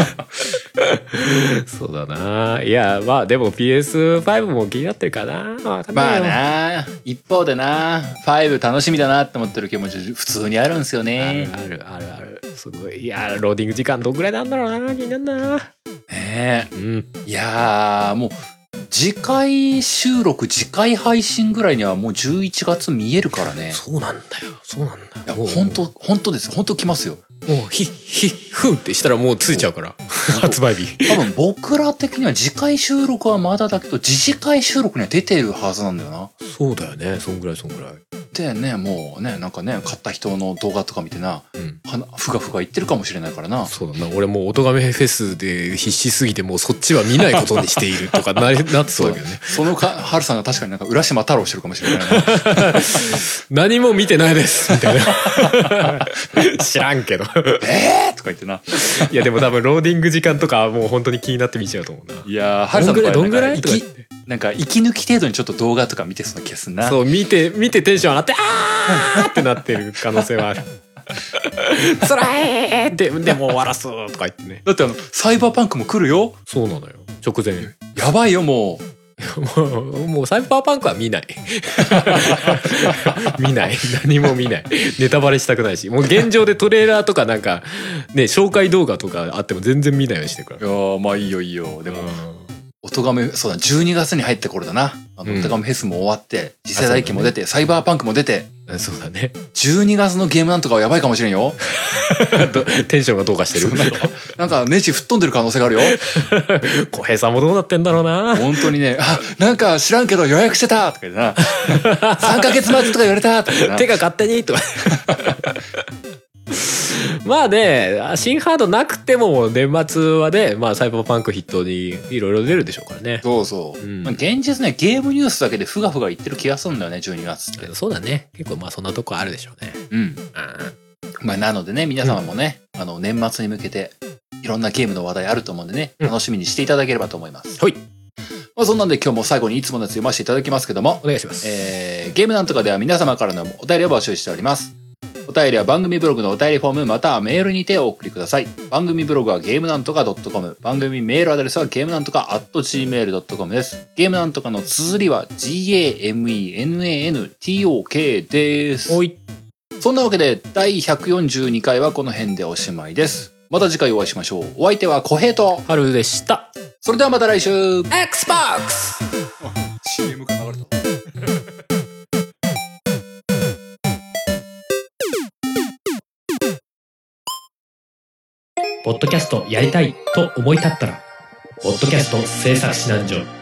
そうだな。いや、まあでも PS5 も気になってるかな。 まあな、一方でな、5楽しみだなって思ってる気持ち普通にあるんですよね。 ある。すごい。いや、ローディング時間どんぐらいなんだろうな。気になるな。 ねえ。いやー、もう次回収録次回配信ぐらいにはもう11月見えるからね。 そうなんだよ。 いや本当です。本当来ますよ。 もうふんってしたらもうついちゃうから発売日。 多分僕ら的には次回収録はまだだけど次回収録には出てるはずなんだよな。 そうだよね。そんぐらい。 でね、もうね、なんかね、買った人の動画とか見てな、ふがふが言ってるかもしれないからな。 そうだな。俺もう音亀フェスで必死すぎてもうそっちは見ないことにしているとかなってそうだけどね。 そのハルさんが確かになんか浦島太郎してるかもしれないな。 何も見てないですみたいな。知らんけど。 とか言ってな。 いやでも多分ローディング時間とかもう本当に気になって見ちゃうと思うな。 いやー、ハルさんの場合どんぐらいなんか息抜き程度にちょっと動画とか見てそうな気がするな。 そう、見てテンション上がってあーってなってる可能性はある。つらいでも終わらすとか言ってね。 だってサイバーパンクも来るよ。 そうなのよ。直前。 やばいよもう。もうサイバーパンクは見ない。見ない。何も見ない。ネタバレしたくないし。もう現状でトレーラーとかなんかね、紹介動画とかあっても全然見ないようにしてるから。 いやー、まあいいよ。でも。音亀、そうだ、12月に入った頃だな。音亀フェスも終わって、次世代機も出て、サイバーパンクも出て。 そうだね。 12月のゲームなんとかはやばいかもしれんよ。 テンションがどうかしてる。 なんかネジ吹っ飛んでる可能性があるよ。 小平さんもどうなってんだろうな。 本当にね、なんか知らんけど予約してたとか言ってな。3ヶ月待つとか言われたとか言ってな。 手が勝手にとか。まあね、新ハードなくても年末はね、まあサイバーパンク筆頭にいろいろ出るでしょうからね。 そうそう。まあ、現実ね、ゲームニュースだけでふがふが言ってる気がするんだよね、12月って。 そうだね。結構まあそんなとこあるでしょうね。 まあなのでね、皆様もね、年末に向けていろんなゲームの話題あると思うんでね、楽しみにしていただければと思います。 はい。 まあそんなんで今日も最後にいつものやつ読ませていただきますけども、 お願いします。 ゲームなんとかでは皆様からのお便りを募集しております。お便りは番組ブログのお便りフォームまたはメールにてお送りください。番組ブログはゲームなんとか .com、 番組メールアドレスはゲームなんとか @gmail.com です。ゲームなんとかの綴りは GAMENANTOK です。 おい。 そんなわけで第142回はこの辺でおしまいです。また次回お会いしましょう。お相手は小平と春でした。 それではまた来週。 Xbox CM が流れた。 ポッドキャストやりたいと思い立ったら、ポッドキャスト制作指南所